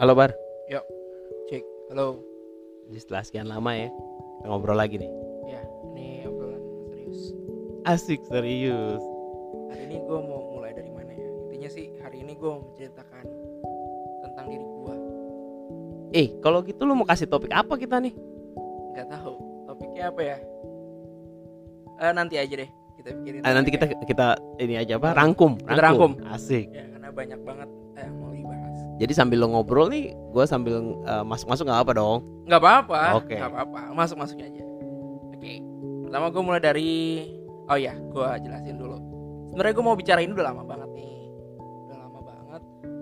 Halo Bar, Yuk, cek. Halo. jadi setelah sekian lama ya kita ngobrol lagi nih. Ya, ini obrolan serius. Asik serius. Hari ini gue mau mulai dari mana ya? Intinya sih hari ini gue mau menceritakan tentang diri gue. Kalau gitu lu mau kasih topik apa kita nih? Gak tahu topiknya apa ya? Nanti aja deh kita pikirin. Nanti kita ini aja apa? Rangkum. Kita rangkum. Asik. Ya, karena banyak banget yang mau dibahas. Jadi sambil lo ngobrol nih, gue sambil masuk-masuk nggak apa dong? Gak apa-apa. Oke. Gak apa-apa. Masuknya aja. Oke. Pertama gue mulai dari. Oh ya, gue jelasin dulu. Sebenarnya gue mau bicarain udah lama banget nih. Udah lama banget.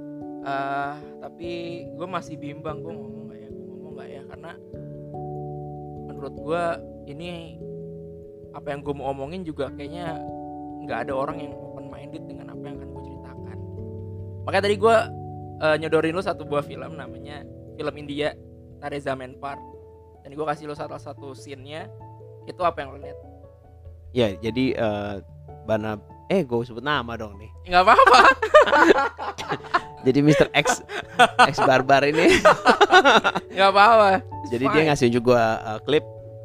Tapi gue masih bimbang gue ngomong nggak ya, karena menurut gue ini apa yang gue mau omongin juga kayaknya nggak ada orang yang open minded dengan apa yang akan gue ceritakan. Makanya tadi gue nyodorin lo satu buah film, namanya film India Tare Zameen Par, dan gue kasih lo salah satu scene-nya. Itu apa yang lo lihat? Ya jadi gue sebut nama dong nih. Nggak apa-apa. Jadi Mr. X Barbar ini. Nggak apa-apa. Jadi dia ngasih juga klip.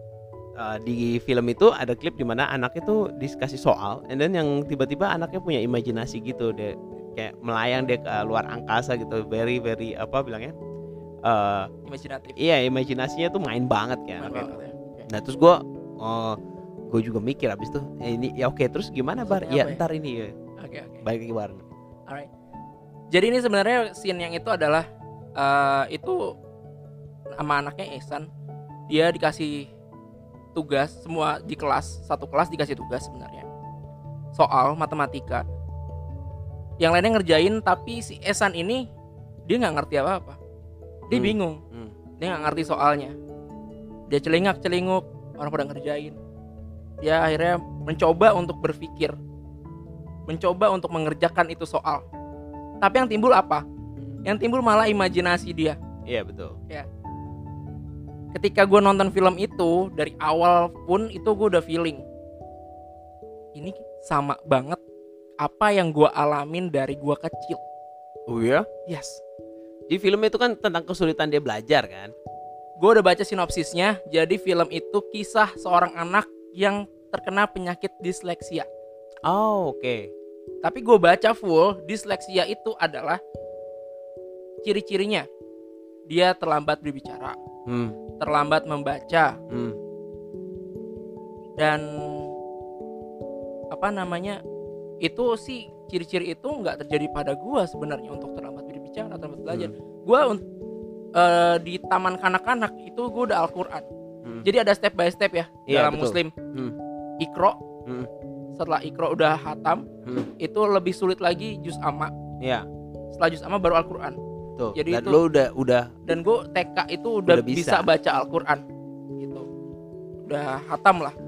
Di film itu ada klip di mana anaknya tuh dikasih soal, and then yang tiba-tiba anaknya punya imajinasi gitu, dia kayak melayang dia ke luar angkasa gitu, very apa bilangnya? Imajinatif. Iya, imajinasinya tuh main banget kayak Main anaknya. banget ya. Oke. Nah terus gue juga mikir abis itu ini ya oke, terus gimana Bar? Maksudnya Ya apa ya? ntar ini ya. Oke. Balik lagi Bar. Alright. Jadi ini sebenarnya scene yang itu adalah itu sama anaknya Ihsan, dia dikasih tugas, semua di kelas, satu kelas dikasih tugas sebenarnya soal matematika. Yang lainnya ngerjain, tapi si Ihsan ini dia nggak ngerti apa-apa. Dia bingung, dia nggak ngerti soalnya. Dia celingak-celinguk, orang pada ngerjain. Dia akhirnya mencoba untuk berpikir, mencoba untuk mengerjakan itu soal. Tapi yang timbul apa? Yang timbul malah imajinasi dia. Iya betul. Ketika gue nonton film itu, dari awal pun itu gue udah feeling, ini sama banget apa yang gue alamin dari gue kecil. Oh ya? Yes. Di film itu kan tentang kesulitan dia belajar kan? Gue udah baca sinopsisnya. Jadi film itu kisah seorang anak yang terkena penyakit disleksia. Oh oke. Tapi gue baca full, disleksia itu adalah ciri-cirinya dia terlambat berbicara, terlambat membaca, dan itu sih ciri-ciri itu nggak terjadi pada gue sebenarnya untuk terlambat berbicara, terlambat belajar. Gue di taman kanak-kanak itu gue udah Al-Quran. Jadi ada step by step ya dalam betul. Muslim. Iqra, setelah Iqra udah hatam, itu lebih sulit lagi juz amma. Iya. Setelah juz amma baru Al-Quran. Tuh, Jadi dan itu lo udah dan gue TK itu udah bisa baca Al-Quran gitu, udah hatam lah.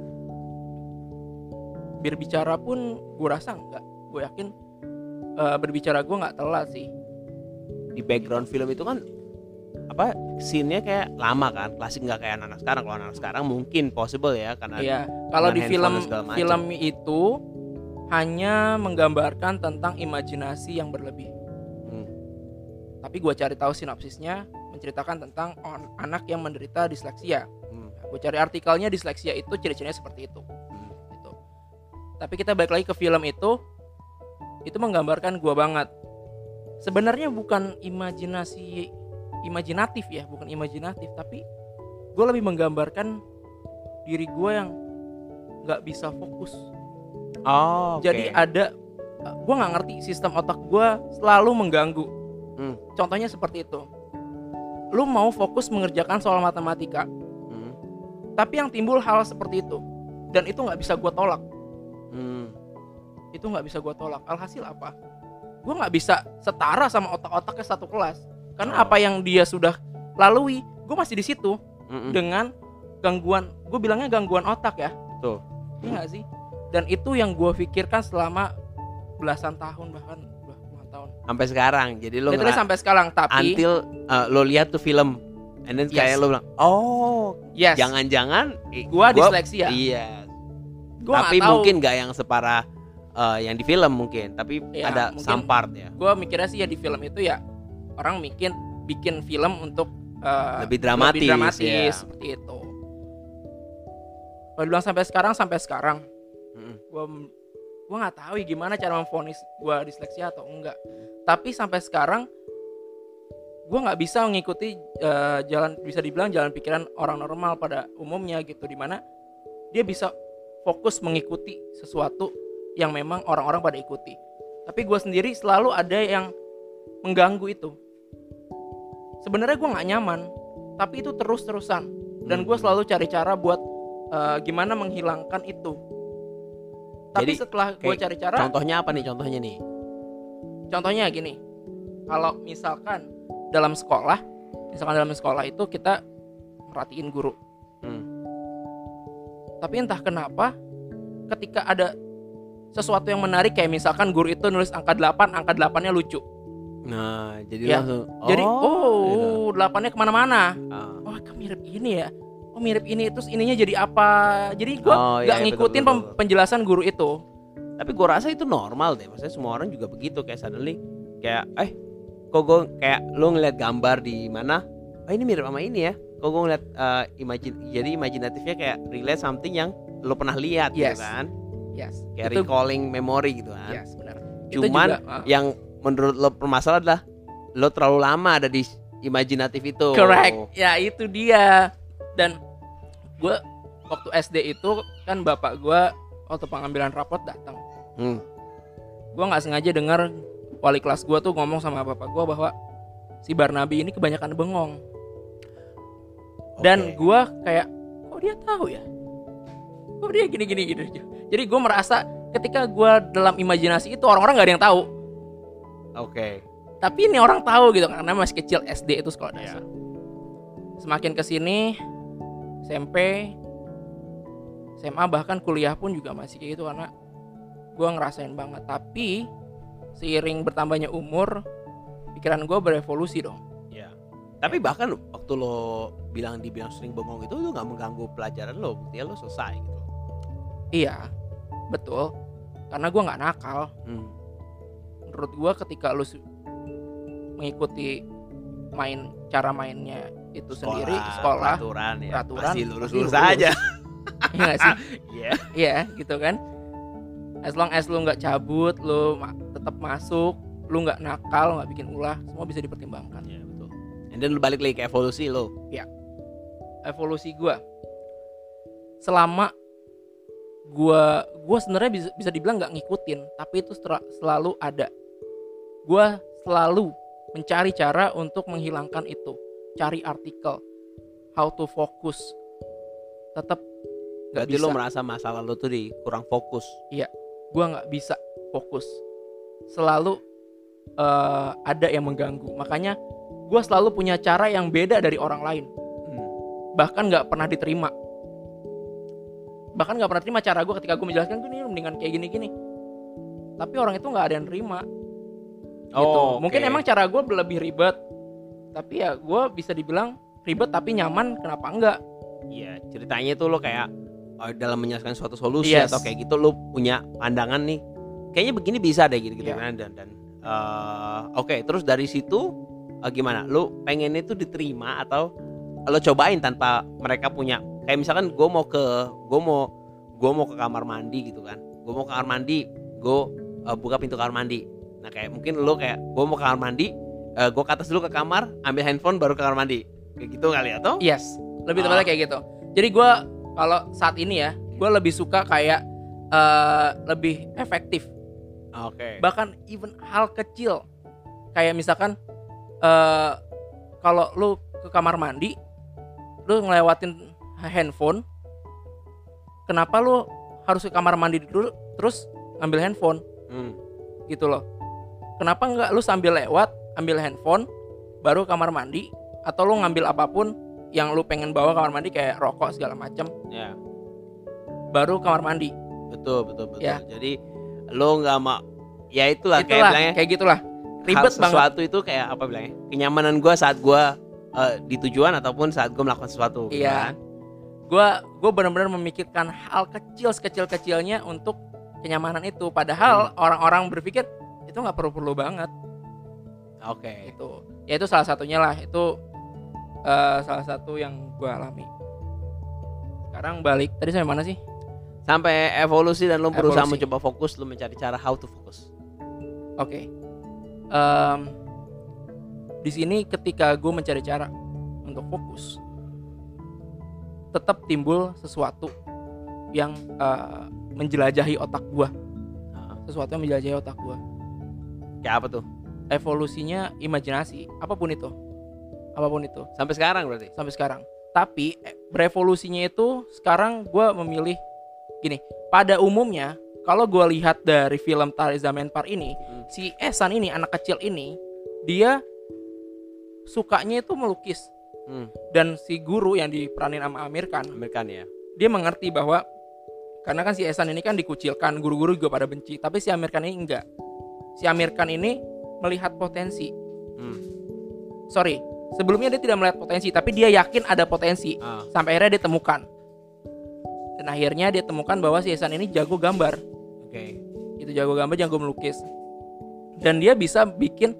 Berbicara pun gue rasa enggak, gue yakin berbicara gue nggak telat sih. di background film itu kan apa scene-nya kayak lama kan, klasik, nggak kayak anak sekarang. Kalau anak sekarang mungkin possible ya karena Iya, kalau di handphone dan segala macam. film itu hanya menggambarkan tentang imajinasi yang berlebih. Tapi gue cari tahu sinopsisnya menceritakan tentang anak yang menderita disleksia. Gue cari artikelnya, disleksia itu ciri-cirinya seperti itu. Gitu. Tapi kita balik lagi ke film itu menggambarkan gue banget. Sebenarnya bukan imajinatif ya, bukan imajinatif, tapi gue lebih menggambarkan diri gue yang nggak bisa fokus. Oh, okay. Jadi gue nggak ngerti, sistem otak gue selalu mengganggu. Contohnya seperti itu. Lu mau fokus mengerjakan soal matematika, tapi yang timbul hal seperti itu, dan itu nggak bisa gue tolak. Itu nggak bisa gue tolak. Alhasil apa? Gue nggak bisa setara sama otak-otaknya satu kelas, karena apa yang dia sudah lalui, gue masih di situ dengan gangguan. Gue bilangnya gangguan otak ya. Tuh. Iya nggak sih? Dan itu yang gue pikirkan selama belasan tahun, bahkan tahun. Sampai sekarang. Jadi lo sampai sekarang, tapi until lo lihat tuh film, and then kayak lo bilang, jangan-jangan gua disleksia. Iya. Gua tapi mungkin nggak yang separah yang di film mungkin, tapi ya, ada some part ya. Gua mikirnya sih ya di film itu ya orang bikin film untuk lebih dramatis, ya. seperti itu. Kalau bilang sampai sekarang, gue nggak tahu ya gimana cara memvonis gue disleksia atau enggak. Tapi sampai sekarang gue nggak bisa mengikuti bisa dibilang jalan pikiran orang normal pada umumnya gitu, dimana dia bisa fokus mengikuti sesuatu yang memang orang-orang pada ikuti. Tapi gue sendiri selalu ada yang mengganggu itu. Sebenarnya gue nggak nyaman, tapi itu terus-terusan, dan gue selalu cari cara buat gimana menghilangkan itu. Tapi Jadi, setelah gue cari cara, contohnya apa nih? contohnya gini, kalau misalkan dalam sekolah itu kita merhatiin guru. Tapi entah kenapa ketika ada sesuatu yang menarik, kayak misalkan guru itu nulis angka 8, angka 8-nya lucu. Nah, jadi Ya, langsung Jadi gitu. 8-nya kemana-mana. Oh, kan mirip ini ya. Oh, mirip ini, terus ininya jadi apa. Jadi gue gak ngikutin betul. penjelasan guru itu. Tapi gue rasa itu normal deh. Maksudnya semua orang juga begitu. Kayak suddenly kayak kok gue kayak lo ngeliat gambar di mana, ini mirip sama ini ya. Kok gue ngeliat jadi imajinatifnya kayak relate something yang lo pernah lihat gitu kan. Yes. Kayak Itu, recalling memory gitu kan. yes, benar. Cuman yang menurut lo permasalahan adalah lo terlalu lama ada di imajinatif itu. Correct. Ya, itu dia. Dan gue waktu SD itu kan bapak gue waktu pengambilan rapot datang. Gue nggak sengaja dengar wali kelas gue tuh ngomong sama bapak gue bahwa si Barnaby ini kebanyakan bengong. Dan gue kayak, kok dia tahu ya? Kok dia gini. Jadi gue merasa ketika gue dalam imajinasi itu orang-orang nggak ada yang tahu. Tapi ini orang tahu gitu, karena masih kecil, SD itu sekolah dasar. Semakin kesini SMP, SMA, bahkan kuliah pun juga masih kayak gitu, karena gue ngerasain banget. Tapi seiring bertambahnya umur, pikiran gue berevolusi dong. Tapi bahkan waktu lo dibilang sering bengong itu nggak mengganggu pelajaran lo, buktinya lo selesai gitu. Iya, betul. Karena gue nggak nakal. Menurut gue ketika lo mengikuti cara mainnya itu sendiri, sekolah, peraturan masih lurus aja. Iya nggak sih? Iya. Gitu kan. As long as lo nggak cabut, lo tetap masuk, lo nggak nakal, nggak bikin ulah, semua bisa dipertimbangkan. Iya, betul. And then lo balik lagi ke evolusi lo. Ya, evolusi gue selama gue sebenarnya bisa dibilang nggak ngikutin, tapi itu selalu ada. Gue selalu mencari cara untuk menghilangkan itu, cari artikel, how to focus, tetap nggak bisa. Berarti lo merasa masalah lo tuh kurang fokus. Iya, gue nggak bisa fokus, selalu ada yang mengganggu. Makanya gue selalu punya cara yang beda dari orang lain, bahkan nggak pernah diterima. Cara gue ketika gue menjelaskan, gue nih mendingan kayak gini. Tapi orang itu nggak ada yang nerima. Gitu. Mungkin emang cara gue lebih ribet, tapi ya gue bisa dibilang ribet tapi nyaman, kenapa enggak? Iya, ceritanya tuh lo kayak dalam menyelesaikan suatu solusi atau kayak gitu lo punya pandangan nih, kayaknya begini bisa deh gitu kan. Dan terus dari situ gimana? Lo pengen itu diterima atau lo cobain tanpa mereka punya, kayak misalkan gue mau ke kamar mandi gitu kan, gue buka pintu kamar mandi. Nah kayak mungkin lo kayak gue mau ke kamar mandi, gue ke atas dulu ke kamar, ambil handphone baru ke kamar mandi, kayak gitu kali atau? Yes, lebih tepatnya kayak gitu. Jadi gue kalau saat ini ya, gue lebih suka kayak lebih efektif. Bahkan even hal kecil, kayak misalkan kalau lo ke kamar mandi, lo ngelewatin handphone, kenapa lo harus ke kamar mandi dulu terus ngambil handphone? Gitu loh. Kenapa enggak lu sambil lewat ambil handphone baru kamar mandi, atau lu ngambil apapun yang lu pengen bawa kamar mandi kayak rokok segala macam, baru kamar mandi. Betul. Ya. Jadi lu nggak mau, ya itulah kayak bilangnya kayak gitulah, ribet banget. Sesuatu itu kayak apa bilangnya, kenyamanan gue saat gue di tujuan ataupun saat gue melakukan sesuatu. Iya. Gue benar-benar memikirkan hal sekecil-kecilnya untuk kenyamanan itu. Padahal orang-orang berpikir itu nggak perlu banget. Oke. Itu ya itu salah satunya lah, itu salah satu yang gue alami. Sekarang balik tadi sampai mana sih? Sampai evolusi dan lo berusaha Evolusi. mencoba fokus, lo mencari cara how to fokus. Oke. Di sini ketika gue mencari cara untuk fokus, tetap timbul sesuatu yang menjelajahi otak gue. Sesuatu yang menjelajahi otak gue. Kayak apa tuh? Evolusinya imajinasi, apapun itu. Sampai sekarang berarti. Sampai sekarang. Tapi berevolusinya itu sekarang gue memilih gini. Pada umumnya kalau gue lihat dari film Tarzan Menpar ini, si Ehsan ini, anak kecil ini, dia sukanya itu melukis. Dan si guru yang diperanin sama Amir Khan, Ya. dia mengerti bahwa karena kan si Ehsan ini kan dikucilkan, guru-guru juga pada benci, tapi si Amir Khan ini enggak. Si Amir Khan ini melihat potensi. Sebelumnya dia tidak melihat potensi, tapi dia yakin ada potensi. Sampai akhirnya dia temukan. Dan akhirnya dia temukan bahwa si Ehsan ini jago gambar. Oke. Itu jago gambar, jago melukis. Dan dia bisa bikin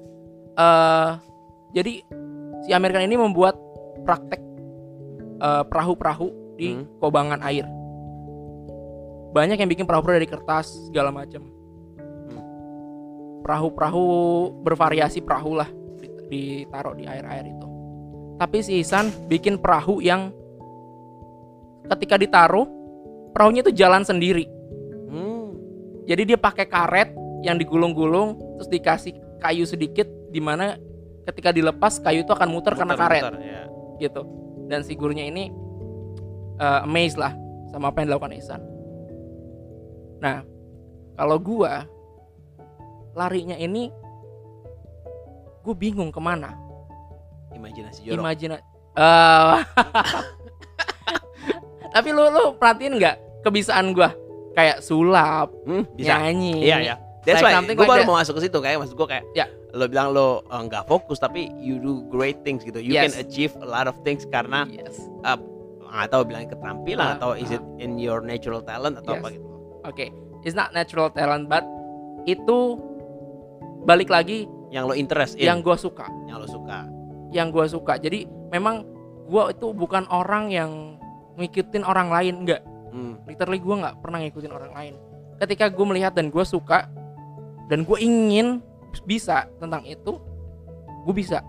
jadi si Amir Khan ini membuat praktek perahu-perahu di kobangan air. Banyak yang bikin perahu-perahu dari kertas segala macam. Perahu-perahu bervariasi perahu lah ditaruh di air-air itu. Tapi si Ihsan bikin perahu yang ketika ditaruh perahunya itu jalan sendiri. Jadi dia pakai karet yang digulung-gulung terus dikasih kayu sedikit, di mana ketika dilepas kayu itu akan muter karena karet. Ya. Gitu. Dan si gurunya ini amazed lah sama apa yang dilakukan Ihsan. Nah, kalau gua larinya ini gue bingung kemana. Imajinasi jorok. Tapi lu perhatiin nggak kebiasaan gue kayak sulap, Bisa. nyanyi. Iya. That's Like why something gue like baru that. mau masuk ke situ, kayak maksud gue kayak lo bilang lo nggak fokus tapi you do great things gitu. You can achieve a lot of things karena nggak tahu bilang keterampilan atau is it in your natural talent atau apa gitu. Oke. It's not natural talent, but itu balik lagi yang lo interest in, yang gue suka. Yang gue suka. Jadi memang gue itu bukan orang yang ngikutin orang lain, enggak. Literally gue nggak pernah ngikutin orang lain. Ketika gue melihat dan gue suka dan gue ingin bisa tentang itu, gue bisa.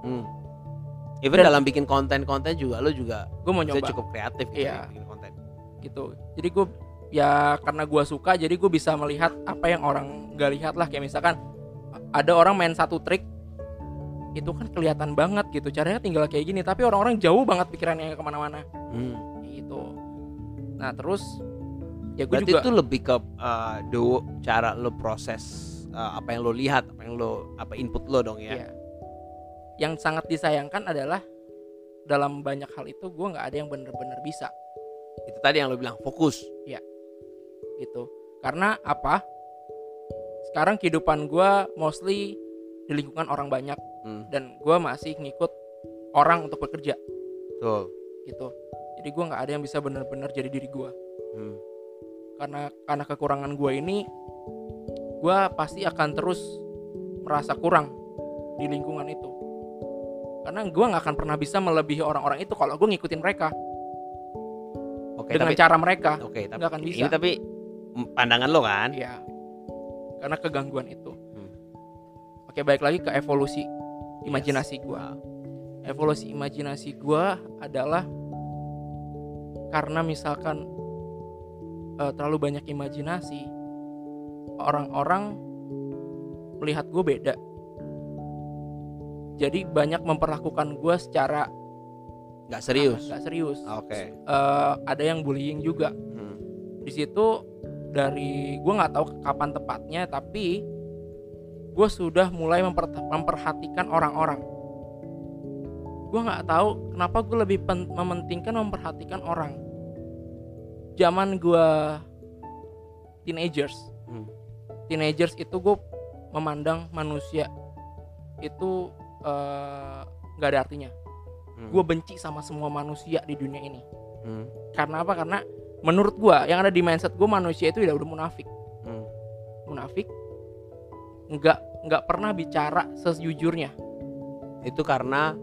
Even Dan dalam bikin konten-konten juga lo juga gue mau nyoba. cukup kreatif gitu bikin konten. Gitu. Jadi gue karena gue suka, jadi gue bisa melihat apa yang orang gak lihat lah. Kayak misalkan ada orang main satu trik itu kan kelihatan banget gitu, caranya tinggal kayak gini, tapi orang-orang jauh banget pikirannya kemana-mana. Gitu. Nah terus ya gue berarti juga itu lebih ke cara lo proses apa yang lo lihat, apa input lo dong ya. Iya. Yang sangat disayangkan adalah dalam banyak hal itu gue nggak ada yang bener-bener bisa. Itu tadi yang lo bilang fokus. Iya. Gitu. Karena apa? Sekarang kehidupan gue mostly di lingkungan orang banyak, dan gue masih ngikut orang untuk bekerja. Betul. Gitu. Jadi gue nggak ada yang bisa benar-benar jadi diri gue. Karena kekurangan gue ini, gue pasti akan terus merasa kurang di lingkungan itu. Karena gue nggak akan pernah bisa melebihi orang-orang itu kalau gue ngikutin mereka. Dengan cara mereka. Oke, tapi nggak akan bisa. ini tapi pandangan lo kan? Iya. Karena kegangguan itu. Oke, balik lagi ke evolusi imajinasi gue. Evolusi imajinasi gue adalah karena misalkan terlalu banyak imajinasi, orang-orang melihat gue beda. Jadi banyak memperlakukan gue secara nggak serius. Oke. Ada yang bullying juga. Di situ dari gue nggak tahu kapan tepatnya, tapi gue sudah mulai memperhatikan orang-orang. Gue nggak tahu kenapa gue lebih mementingkan memperhatikan orang. Zaman gue teenagers itu gue memandang manusia itu nggak ada artinya. Gue benci sama semua manusia di dunia ini. Karena apa? Karena menurut gue yang ada di mindset gue, manusia itu udah munafik. Munafik, nggak pernah bicara sejujurnya. Itu karena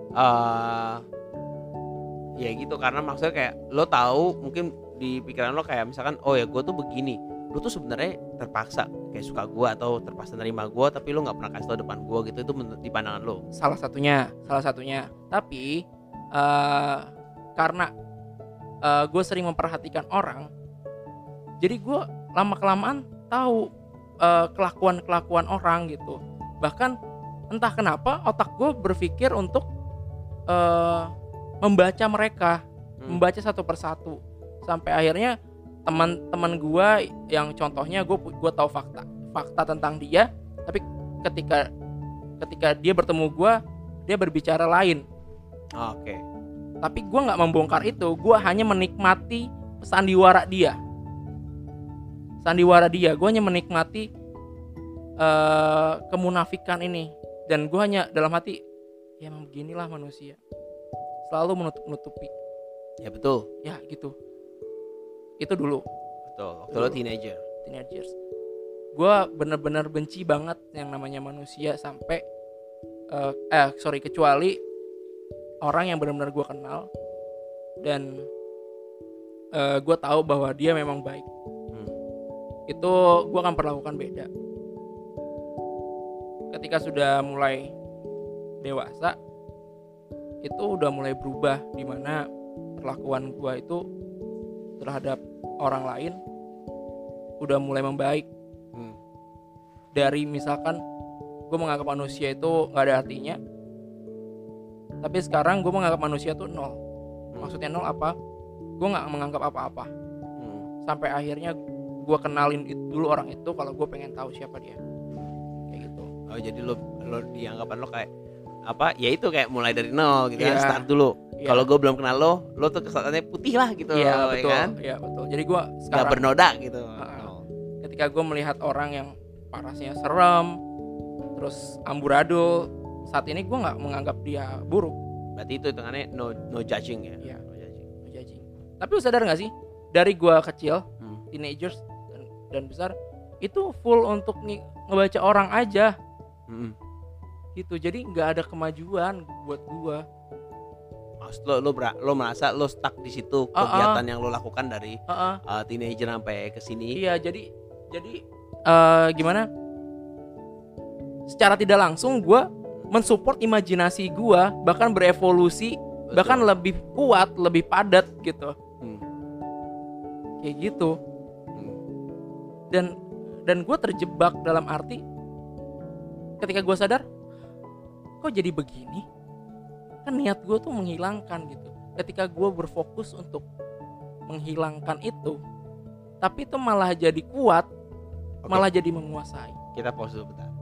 ya gitu, karena maksudnya kayak lo tahu mungkin di pikiran lo kayak misalkan oh ya gue tuh begini, lo tuh sebenarnya terpaksa kayak suka gue atau terpaksa nerima gue, tapi lo nggak pernah kasih tau depan gue gitu. Itu di pandangan lo Salah satunya. Tapi karena gue sering memperhatikan orang, jadi gue lama kelamaan tahu kelakuan orang gitu. Bahkan entah kenapa otak gue berpikir untuk membaca mereka, membaca satu persatu, sampai akhirnya teman-teman gue yang contohnya gue tahu fakta tentang dia, tapi ketika dia bertemu gue, dia berbicara lain. Oke. Tapi gue nggak membongkar itu, gue hanya menikmati sandiwara dia. Gue hanya menikmati kemunafikan ini, dan gue hanya dalam hati, ya emang beginilah manusia, selalu menutup-nutupi. Ya betul. Ya gitu. Itu dulu. Betul. Waktu lo teenagers. Gue benar-benar benci banget yang namanya manusia sampai kecuali orang yang benar-benar gue kenal dan gue tahu bahwa dia memang baik. Itu gue akan perlakukan beda. Ketika sudah mulai dewasa, itu udah mulai berubah, dimana perlakuan gue itu terhadap orang lain udah mulai membaik. Dari misalkan gue menganggap manusia itu nggak ada artinya, tapi sekarang gue menganggap manusia itu nol. Maksudnya nol apa? Gue nggak menganggap apa-apa. Sampai akhirnya gue kenalin dulu orang itu kalau gue pengen tahu siapa dia. Kayak gitu. Oh jadi lo dianggapan lo kayak apa? Ya itu kayak mulai dari nol gitu kan, start dulu. Kalau gue belum kenal lo tuh kesannya putih lah gitu. Iya betul. Kan? Iya betul. Jadi gue sekarang nggak bernoda gitu. Ketika gue melihat orang yang parasnya serem, terus amburadul, saat ini gue nggak menganggap dia buruk. Berarti itu hitungannya no judging ya? Iya. No judging. Tapi lo sadar nggak sih, dari gue kecil, teenagers dan besar, itu full untuk ngebaca orang aja. Gitu. Jadi nggak ada kemajuan buat gue. Lo merasa lo stuck di situ kegiatan yang lo lakukan dari teenager sampai ke sini. Iya, jadi gimana? Secara tidak langsung gue mensupport imajinasi gue, bahkan berevolusi. Betul. Bahkan lebih kuat, lebih padat gitu. Kayak gitu. Dan gue terjebak dalam arti ketika gue sadar, kok jadi begini? Kan niat gue tuh menghilangkan gitu. Ketika gue berfokus untuk menghilangkan itu, tapi itu malah jadi kuat, malah jadi menguasai. Kita pause dulu bentar.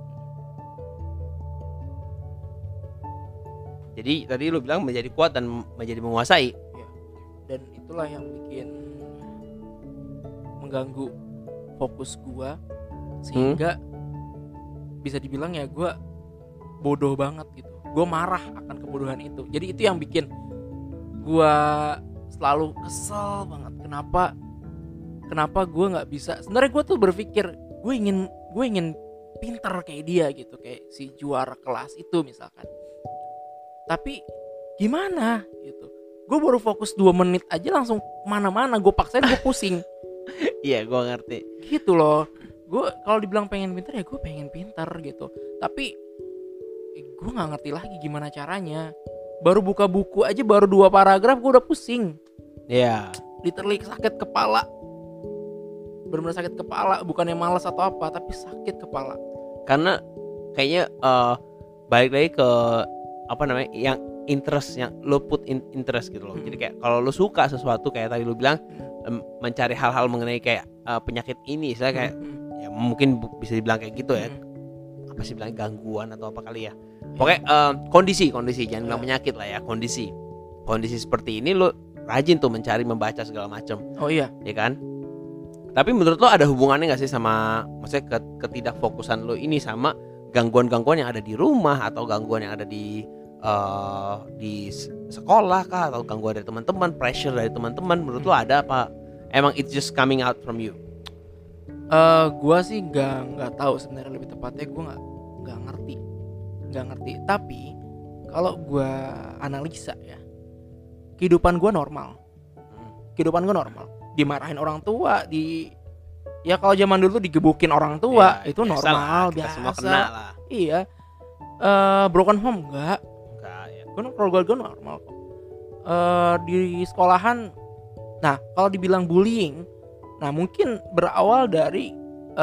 Jadi tadi lu bilang menjadi kuat dan menjadi menguasai. Ya. Dan itulah yang bikin mengganggu fokus gua, sehingga bisa dibilang ya gua bodoh banget gitu. Gua marah akan kebodohan itu. Jadi itu yang bikin gua selalu kesel banget. Kenapa gua nggak bisa? Sebenarnya gua tuh berpikir gue ingin pintar kayak dia gitu, kayak si juara kelas itu misalkan. Tapi gimana gitu? Gue baru fokus 2 menit aja langsung kemana-mana. Gue paksain, gue pusing. Iya, gue ngerti. Gitu loh. Gue kalau dibilang pengen pintar ya gue pengen pintar gitu. Tapi gue nggak ngerti lagi gimana caranya. Baru buka buku aja baru 2 paragraf gue udah pusing. Iya. Literally sakit kepala. Benar-benar sakit kepala. Bukannya malas atau apa, tapi sakit kepala. Karena kayaknya balik lagi ke apa namanya, yang interest, yang lo put in interest gitu loh. Jadi kayak kalau lo suka sesuatu kayak tadi lo bilang, mencari hal-hal mengenai kayak penyakit ini, saya kayak ya mungkin bisa dibilang kayak gitu ya. Apa sih bilang gangguan atau apa kali ya. Pokoknya kondisi jangan bilang penyakit lah ya, kondisi seperti ini lo rajin tuh mencari, membaca segala macam. Oh iya. Ya kan? Tapi menurut lo ada hubungannya nggak sih sama, maksudnya ketidakfokusan lo ini sama gangguan-gangguan yang ada di rumah atau gangguan yang ada di sekolah kah, atau gangguan dari teman-teman, pressure dari teman-teman? Menurut lo ada apa? Emang it's just coming out from you? Gua sih nggak tahu sebenarnya, lebih tepatnya gua nggak ngerti. Tapi kalau gua analisa ya, kehidupan gua normal. Dimarahin orang tua, ya kalau zaman dulu digebukin orang tua Ya, itu biasa normal, lah, kita biasa. semua kena lah. Iya. Broken home enggak. Ya. Keluarga gue normal kok. Di sekolahan, nah kalau dibilang bullying, nah mungkin berawal dari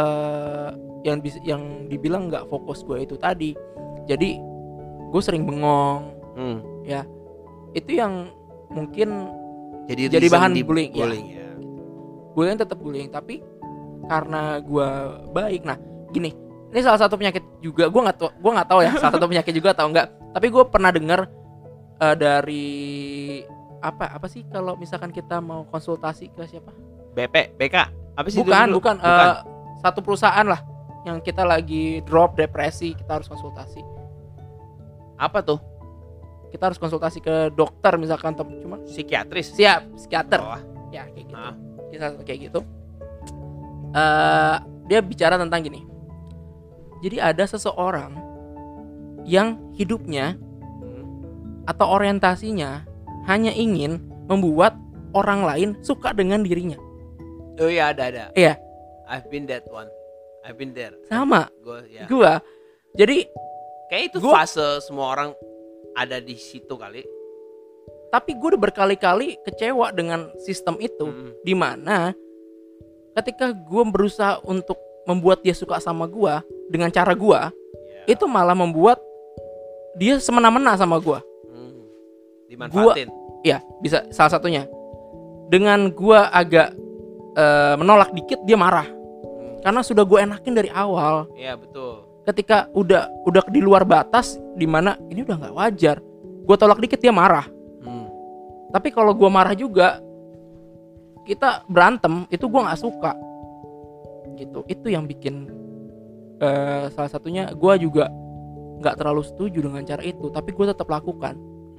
yang dibilang nggak fokus gue itu tadi. Jadi gue sering bengong, ya itu yang mungkin jadi bahan bullying. Ya. Bullying tetap bullying, tapi karena gue baik. Nah gini, ini salah satu penyakit juga, gue nggak tahu ya salah satu penyakit juga atau enggak, tapi gue pernah dengar dari apa sih kalau misalkan kita mau konsultasi ke siapa? BK apa sih? Bukan. Satu perusahaan lah yang kita lagi drop depresi, kita harus konsultasi. Apa tuh? Kita harus konsultasi ke dokter misalkan, cuma Psikiatris. psikiater. Oh. Ya kayak gitu. Kisah kayak gitu. Dia bicara tentang gini. Jadi ada seseorang yang hidupnya atau orientasinya hanya ingin membuat orang lain suka dengan dirinya. Oh iya, ada. Iya. I've been that one. I've been there. Sama. Ya. Gua. Jadi kayak itu fase semua orang ada di situ kali. Tapi gue udah berkali-kali kecewa dengan sistem itu, di mana ketika gue berusaha untuk membuat dia suka sama gue dengan cara gue, itu malah membuat dia semena-mena sama gue. Dimanfaatin. Ya bisa salah satunya. Dengan gue agak menolak dikit, dia marah. Karena sudah gue enakin dari awal. Iya betul. Ketika udah di luar batas, di mana ini udah nggak wajar, gue tolak dikit dia marah. Tapi kalau gue marah juga, kita berantem, itu gue nggak suka. Gitu. Itu yang bikin salah satunya gue juga nggak terlalu setuju dengan cara itu, tapi gue tetap lakukan.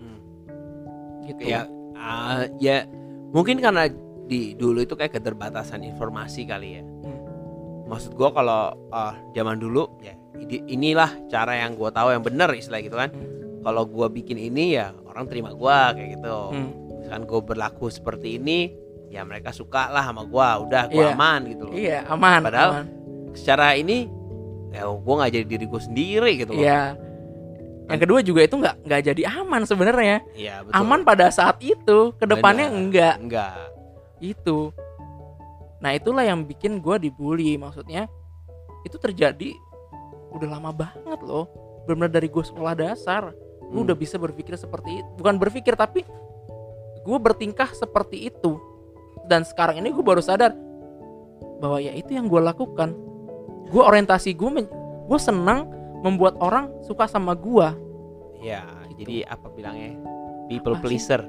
Gitu. Ya mungkin karena dulu itu kayak keterbatasan informasi kali ya. Maksud gue kalau zaman dulu ya inilah cara yang gue tahu yang benar, istilah gitu kan. Kalau gue bikin ini ya orang terima gue kayak gitu. Misalkan gue berlaku seperti ini, ya mereka suka lah sama gue, udah gue aman gitu loh. Iya aman. Padahal secara ini ya gue nggak jadi diri gue sendiri gitu loh. Iya. Yang kedua juga itu nggak jadi aman sebenarnya. Iya betul. Aman pada saat itu, kedepannya enggak. Itu. Nah itulah yang bikin gue dibully. Maksudnya itu terjadi udah lama banget loh. Benar-benar dari gue sekolah dasar, gue udah bisa berpikir seperti itu. Bukan berpikir, tapi gue bertingkah seperti itu. Dan sekarang ini gue baru sadar bahwa ya itu yang gue lakukan. Gue orientasi gue senang membuat orang suka sama gue. Ya gitu. Jadi apa bilangnya, people pleaser.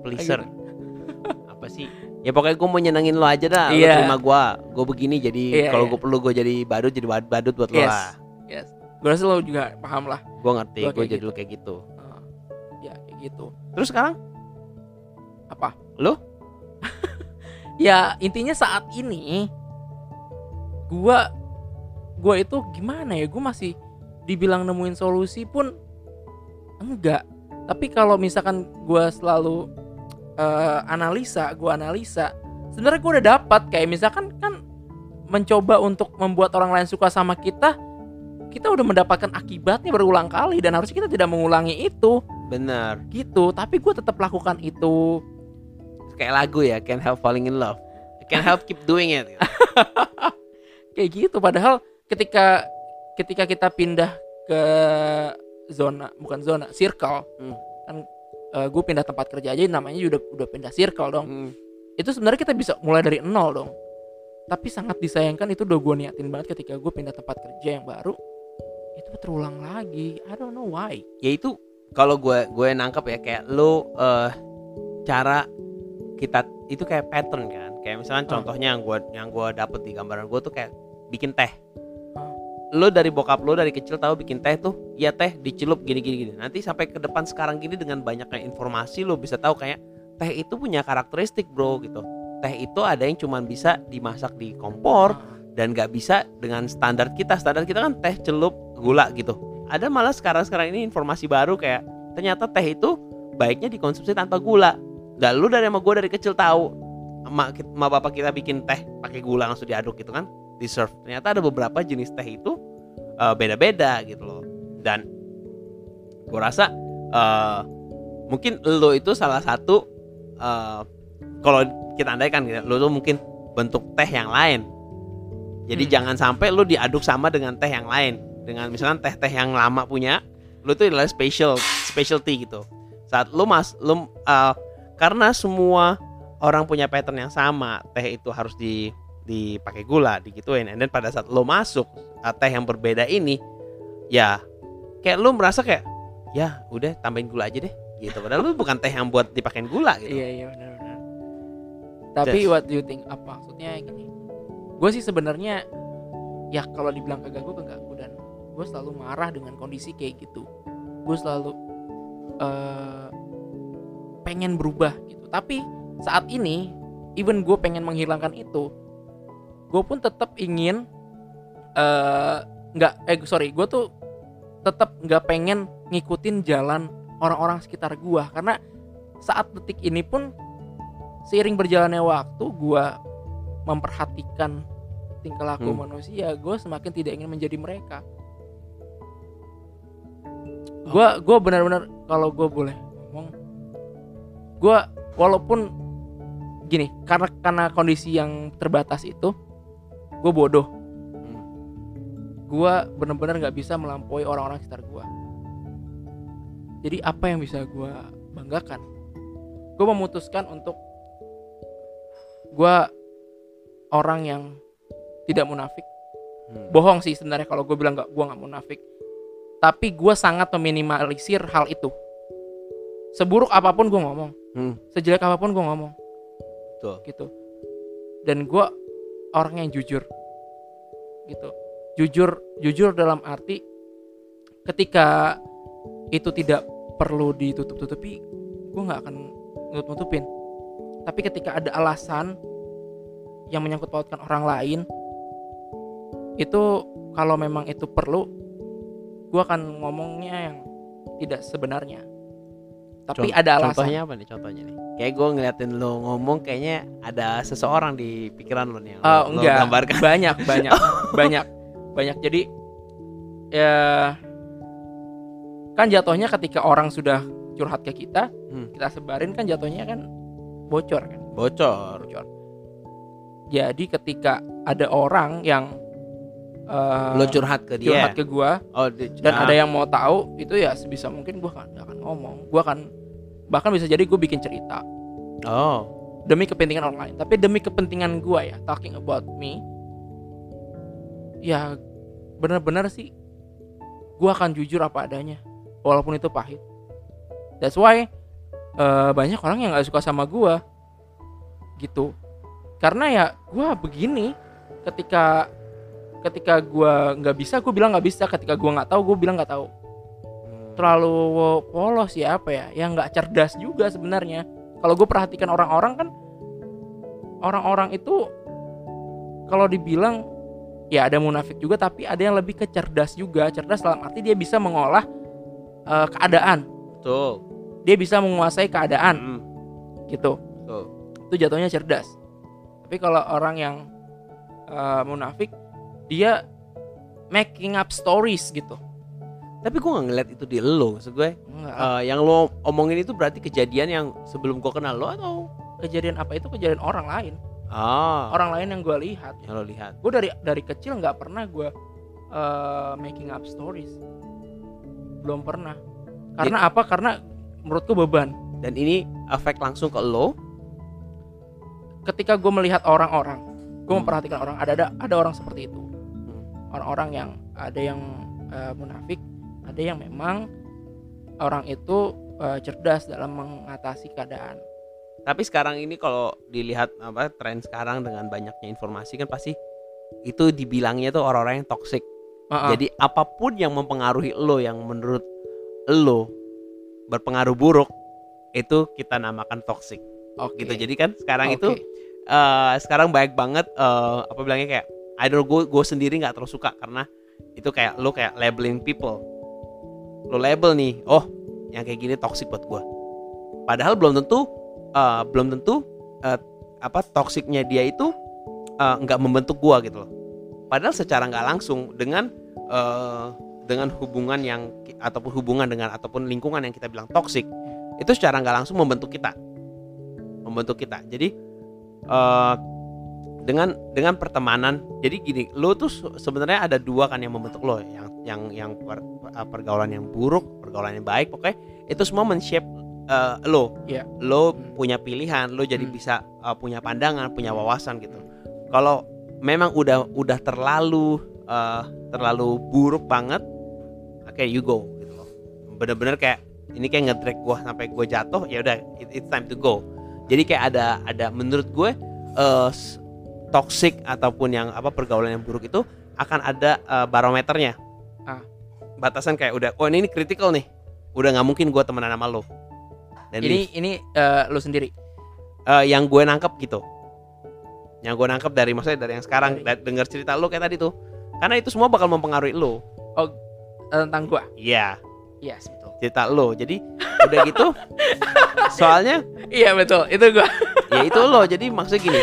Apa sih? Ya pokoknya gue mau nyenengin lo aja dah. Lo terima gue begini, jadi kalau gue perlu gue jadi badut buat lo lah. Yes. Gue rasa lo juga paham lah. Gue ngerti, gue jadi gitu. lo kayak gitu. Ya kayak gitu. Terus sekarang apa? Lo? Ya intinya saat ini gue itu gimana ya? Gue masih dibilang nemuin solusi pun enggak. Tapi kalau misalkan gue selalu analisa, sebenarnya gue udah dapat. Kayak misalkan kan mencoba untuk membuat orang lain suka sama kita udah mendapatkan akibatnya berulang kali, dan harusnya kita tidak mengulangi itu. Benar. Gitu. Tapi gue tetap lakukan itu. Kayak lagu ya, Can't Help Falling in Love, I Can't Help Keep Doing It. Kayak gitu. Padahal ketika kita pindah ke circle, kan gue pindah tempat kerja aja namanya udah pindah circle dong. Itu sebenarnya kita bisa mulai dari nol dong. Tapi sangat disayangkan itu udah gue niatin banget ketika gue pindah tempat kerja yang baru, itu terulang lagi. I don't know why. Ya itu kalau gue nangkep ya, kayak lo cara kita itu kayak pattern kan. Kayak misalkan contohnya yang gue dapet di gambaran gue tuh kayak bikin teh. Lo dari bokap lo dari kecil tahu bikin teh tuh, ya teh dicelup gini. Nanti sampai ke depan sekarang gini dengan banyaknya informasi lo bisa tahu kayak teh itu punya karakteristik bro gitu. Teh itu ada yang cuma bisa dimasak di kompor dan nggak bisa dengan standar kita. Standar kita kan teh celup gula gitu. Ada malah sekarang ini informasi baru kayak ternyata teh itu baiknya dikonsumsi tanpa gula. Dan lu dari sama gue dari kecil tahu emak bapak kita bikin teh pakai gula langsung diaduk gitu kan, di serve. Ternyata ada beberapa jenis teh itu beda-beda gitu loh. Dan gue rasa mungkin lo itu salah satu kalau kita andaikan gitu, lo tuh mungkin bentuk teh yang lain. Jadi jangan sampai lo diaduk sama dengan teh yang lain. Dengan misalkan teh-teh yang lama punya, lo tuh adalah specialty gitu. Saat lo karena semua orang punya pattern yang sama, teh itu harus dipakai gula, digituin. And then pada saat lo masuk teh yang berbeda ini, ya kayak lo merasa kayak ya udah tambahin gula aja deh gitu. Padahal lo bukan teh yang buat dipakein gula gitu. Iya benar. Tapi what do you think? Apa maksudnya gini? Gue sih sebenarnya ya kalau dibilang keganggu, dan gue selalu marah dengan kondisi kayak gitu. Gue selalu pengen berubah gitu. Tapi saat ini even gue pengen menghilangkan itu, gue pun tetap ingin gue tuh tetap nggak pengen ngikutin jalan orang-orang sekitar gue. Karena saat detik ini pun seiring berjalannya waktu, gue memperhatikan tingkah laku manusia, gue semakin tidak ingin menjadi mereka. Gue benar-benar, kalau gue boleh ngomong, gue walaupun gini, karena kondisi yang terbatas itu, gue bodoh. Gue benar-benar nggak bisa melampaui orang-orang sekitar gue. Jadi apa yang bisa gue banggakan? Gue memutuskan untuk gue orang yang tidak munafik. Bohong sih sebenarnya kalau gue bilang gue nggak munafik. Tapi gue sangat meminimalisir hal itu. Seburuk apapun gue ngomong, sejelek apapun gue ngomong. Betul. Gitu. Dan gue orang yang jujur. Gitu. Jujur dalam arti ketika itu tidak perlu ditutup-tutupi, gue nggak akan nutup-nutupin. Tapi ketika ada alasan yang menyangkut pautkan orang lain, itu kalau memang itu perlu, gue akan ngomongnya yang tidak sebenarnya. Tapi ada alasan. Contohnya apa nih? Kayak gue ngeliatin lo ngomong, kayaknya ada seseorang di pikiran lo nih yang lo gambarkan. Banyak. Jadi ya kan jatuhnya ketika orang sudah curhat ke kita, kita sebarin kan jatuhnya kan bocor kan. Bocor. Jadi ketika ada orang yang lo curhat ke dia, curhat ke gua, dan ada yang mau tahu, itu ya sebisa mungkin gua gak akan ngomong. Gua akan bahkan bisa jadi gua bikin cerita. Demi kepentingan orang lain. Tapi demi kepentingan gua ya, talking about me, ya benar-benar sih gua akan jujur apa adanya, walaupun itu pahit. That's why banyak orang yang gak suka sama gua gitu. Karena ya gua begini, ketika gue nggak bisa, gue bilang nggak bisa. Ketika gue nggak tahu, gue bilang nggak tahu. Terlalu polos ya, apa ya, yang nggak cerdas juga sebenarnya. Kalau gue perhatikan orang-orang kan, orang-orang itu kalau dibilang ya ada munafik juga, tapi ada yang lebih ke cerdas juga. Cerdas dalam arti dia bisa mengolah keadaan. Betul. Dia bisa menguasai keadaan. Gitu. Betul. Itu jatuhnya cerdas. Tapi kalau orang yang munafik, dia making up stories gitu. Tapi gue gak ngeliat itu di lo. Maksud gue yang lo omongin itu berarti kejadian yang sebelum gue kenal lo, atau kejadian apa? Itu kejadian orang lain. Orang lain yang gue lihat. Yang lo lihat. Gue dari kecil gak pernah gue making up stories. Belum pernah. Karena apa? Karena menurutku beban. Dan ini efek langsung ke lo. Ketika gue melihat orang-orang, gue memperhatikan orang, ada orang seperti itu. Orang-orang yang ada yang munafik, ada yang memang orang itu cerdas dalam mengatasi keadaan. Tapi sekarang ini kalau dilihat tren sekarang dengan banyaknya informasi kan pasti itu dibilangnya tuh orang-orang yang toksik. Jadi apapun yang mempengaruhi lo, yang menurut lo berpengaruh buruk, itu kita namakan toksik. Gitu. Jadi kan sekarang itu sekarang banyak banget apa bilangnya kayak I don't know, gue sendiri nggak terlalu suka karena itu kayak lo kayak labeling people, lo label nih, oh yang kayak gini toxic buat gue, padahal belum tentu toksiknya dia itu nggak membentuk gue gitu loh. Padahal secara nggak langsung dengan hubungan yang ataupun lingkungan yang kita bilang toksik itu secara nggak langsung membentuk kita. Jadi dengan pertemanan, jadi gini, lo tuh sebenarnya ada dua kan yang membentuk lo, yang pergaulan yang buruk, pergaulan yang baik, pokoknya itu semua men-shape lo. Yeah. Lo punya pilihan, lo jadi bisa punya pandangan, punya wawasan gitu. Kalau memang udah terlalu buruk banget, oke, you go gitu loh. Bener-bener kayak ini kayak ngedrag gue sampai gue jatuh, ya udah, it's time to go. Jadi kayak ada menurut gue toxic ataupun yang pergaulan yang buruk itu akan ada barometernya, batasan kayak udah, oh ini critical nih, udah nggak mungkin gue temenan sama lo. Dan ini lo sendiri yang gue nangkep gitu, dari maksudnya dari yang sekarang dengar cerita lo kayak tadi tuh, karena itu semua bakal mempengaruhi lo. Oh, tentang gue? Iya. Yes, betul. Cerita lo, jadi udah gitu. Soalnya iya betul, itu gue. Ya itu lo, jadi maksudnya gini,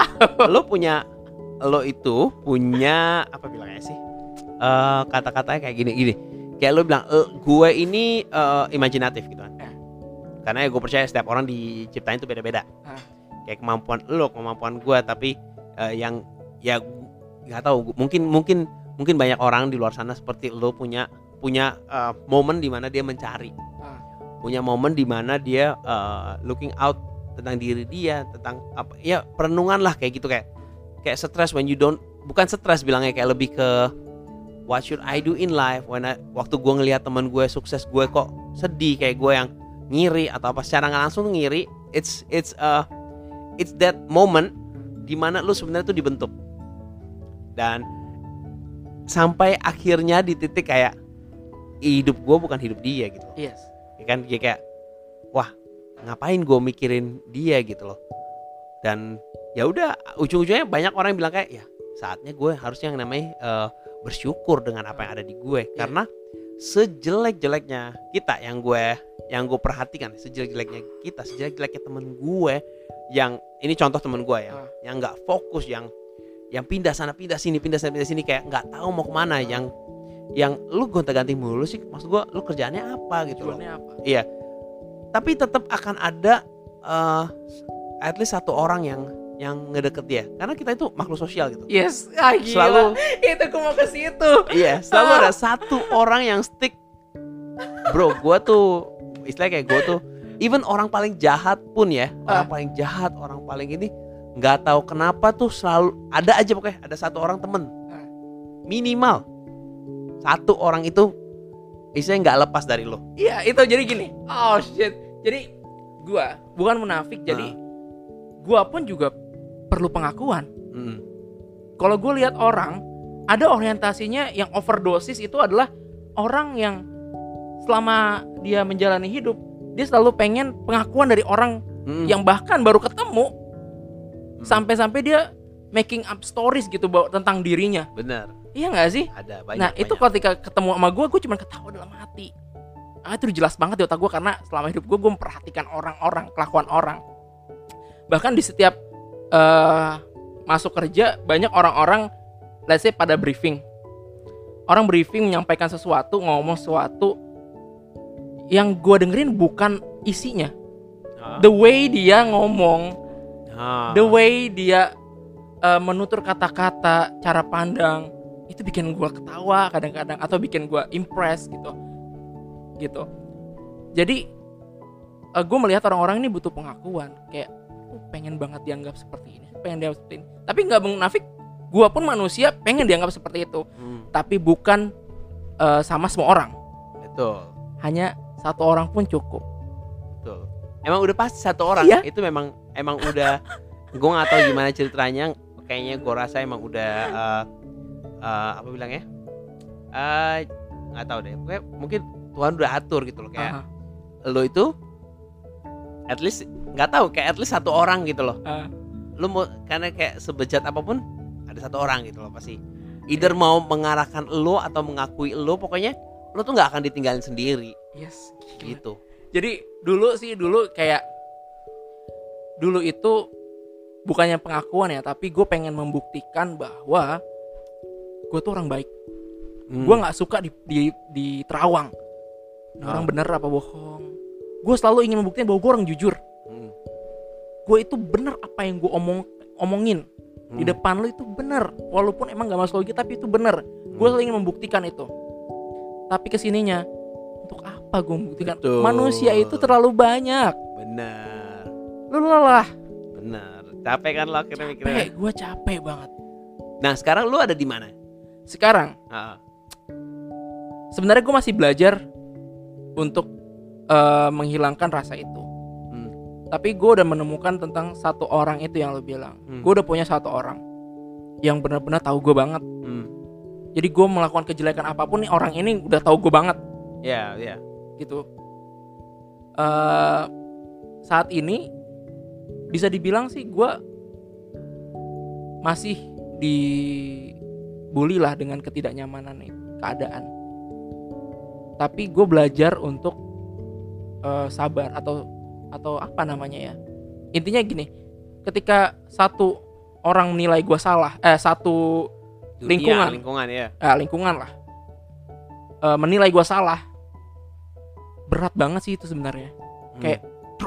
lo itu punya apa bilangnya sih, kata-katanya kayak gini, kayak lo bilang gue ini imajinatif gitu kan, karena ya gue percaya setiap orang diciptain itu beda-beda, kayak kemampuan gue, tapi yang ya nggak tahu, mungkin banyak orang di luar sana seperti lo punya momen di mana dia mencari, punya momen di mana dia looking out tentang diri dia, tentang apa ya, perenungan lah kayak gitu, kayak stres when you don't, bukan stres bilangnya, kayak lebih ke what should I do in life waktu gue ngelihat teman gue sukses, gue kok sedih, kayak gue yang ngiri atau apa, secara nggak langsung ngiri. It's that moment di mana lu sebenarnya tuh dibentuk, dan sampai akhirnya di titik kayak hidup gue bukan hidup dia gitu. Yes. Ya kan, dia kayak wah, ngapain gue mikirin dia gitu loh. Dan ya udah, ujung-ujungnya banyak orang yang bilang kayak ya saatnya gue harusnya yang namanya bersyukur dengan apa yang ada di gue, karena sejelek-jeleknya kita, yang gue perhatikan, sejelek-jeleknya temen gue, yang ini contoh temen gue yang nggak fokus, yang pindah sana pindah sini kayak nggak tahu mau kemana, yang lu gonta-ganti mulu sih, maksud gue lu kerjaannya apa gitu loh. Iya, tapi tetap akan ada at least satu orang yang ngedeket dia, karena kita itu makhluk sosial gitu. Yes, gila. Selalu itu gue mau ke situ. Iya, selalu ada satu orang yang stick. Bro, gue tuh istilahnya kayak gue tuh, even orang paling jahat pun ya, orang paling ini, nggak tahu kenapa tuh selalu ada aja, pokoknya ada satu orang temen, minimal satu orang itu istilahnya nggak lepas dari lo. Iya, itu jadi gini. Oh shit. Jadi gua bukan munafik, jadi gua pun juga perlu pengakuan. Kalau gue lihat orang ada orientasinya yang overdosis, itu adalah orang yang selama dia menjalani hidup dia selalu pengen pengakuan dari orang yang bahkan baru ketemu, sampai-sampai dia making up stories gitu tentang dirinya. Benar. Iya nggak sih? Ada banyak. Nah itu ketika ketemu sama gue cuma ketawa dalam hati. Itu jelas banget di otak gue, karena selama hidup gue memperhatikan orang-orang, kelakuan orang. Bahkan di setiap masuk kerja banyak orang-orang, let's say pada briefing. Orang briefing menyampaikan sesuatu, ngomong sesuatu, yang gue dengerin bukan isinya. The way dia ngomong, the way dia menutur kata-kata, cara pandang, itu bikin gue ketawa kadang-kadang, atau bikin gue impress gitu. Jadi gue melihat orang-orang ini butuh pengakuan, kayak pengen banget dianggap seperti ini, pengen dianggap seperti ini. Tapi nggak munafik, gue pun manusia pengen dianggap seperti itu, tapi bukan sama semua orang. Betul. Hanya satu orang pun cukup. Betul. Emang udah pasti satu orang. Iya. Itu memang udah. Gue nggak tahu gimana ceritanya. Kayaknya gue rasa emang udah apa bilangnya? Nggak tahu deh. Mungkin Tuhan udah atur gitu loh, kayak lo itu at least nggak tahu, kayak at least satu orang gitu loh. Lo mau, karena kayak sebejat apapun ada satu orang gitu loh pasti. Either mau mengarahkan lo atau mengakui lo, pokoknya lo tuh nggak akan ditinggalin sendiri. Yes, Gitu. Jadi dulu kayak dulu itu bukannya pengakuan ya, tapi gue pengen membuktikan bahwa gue tuh orang baik. Gue nggak suka di terawang. Orang bener apa bohong. Gue selalu ingin membuktikan bahwa gue orang jujur. Gue itu bener apa yang gue omongin di depan lo itu bener, walaupun emang gak masuk logika tapi itu bener. Gue selalu ingin membuktikan itu. Tapi kesininya untuk apa gue membuktikan? Betul. Manusia itu terlalu banyak. Benar. Lu lelah. Benar. Capek kan lo akhirnya mikirnya. Gue capek banget. Nah sekarang lo ada di mana? Sekarang sebenarnya gue masih belajar untuk menghilangkan rasa itu. Tapi gue udah menemukan tentang satu orang itu yang lo bilang. Gue udah punya satu orang yang benar-benar tahu gue banget. Jadi gue melakukan kejelekan apapun nih, orang ini udah tahu gue banget. Iya. Gitu. Saat ini bisa dibilang sih gue masih dibully lah dengan ketidaknyamanan keadaan. Tapi gue belajar untuk sabar atau apa namanya ya. Intinya gini, ketika satu orang menilai gue salah, satu lingkungan ya. Lingkungan lah menilai gue salah, berat banget sih itu sebenarnya. Kayak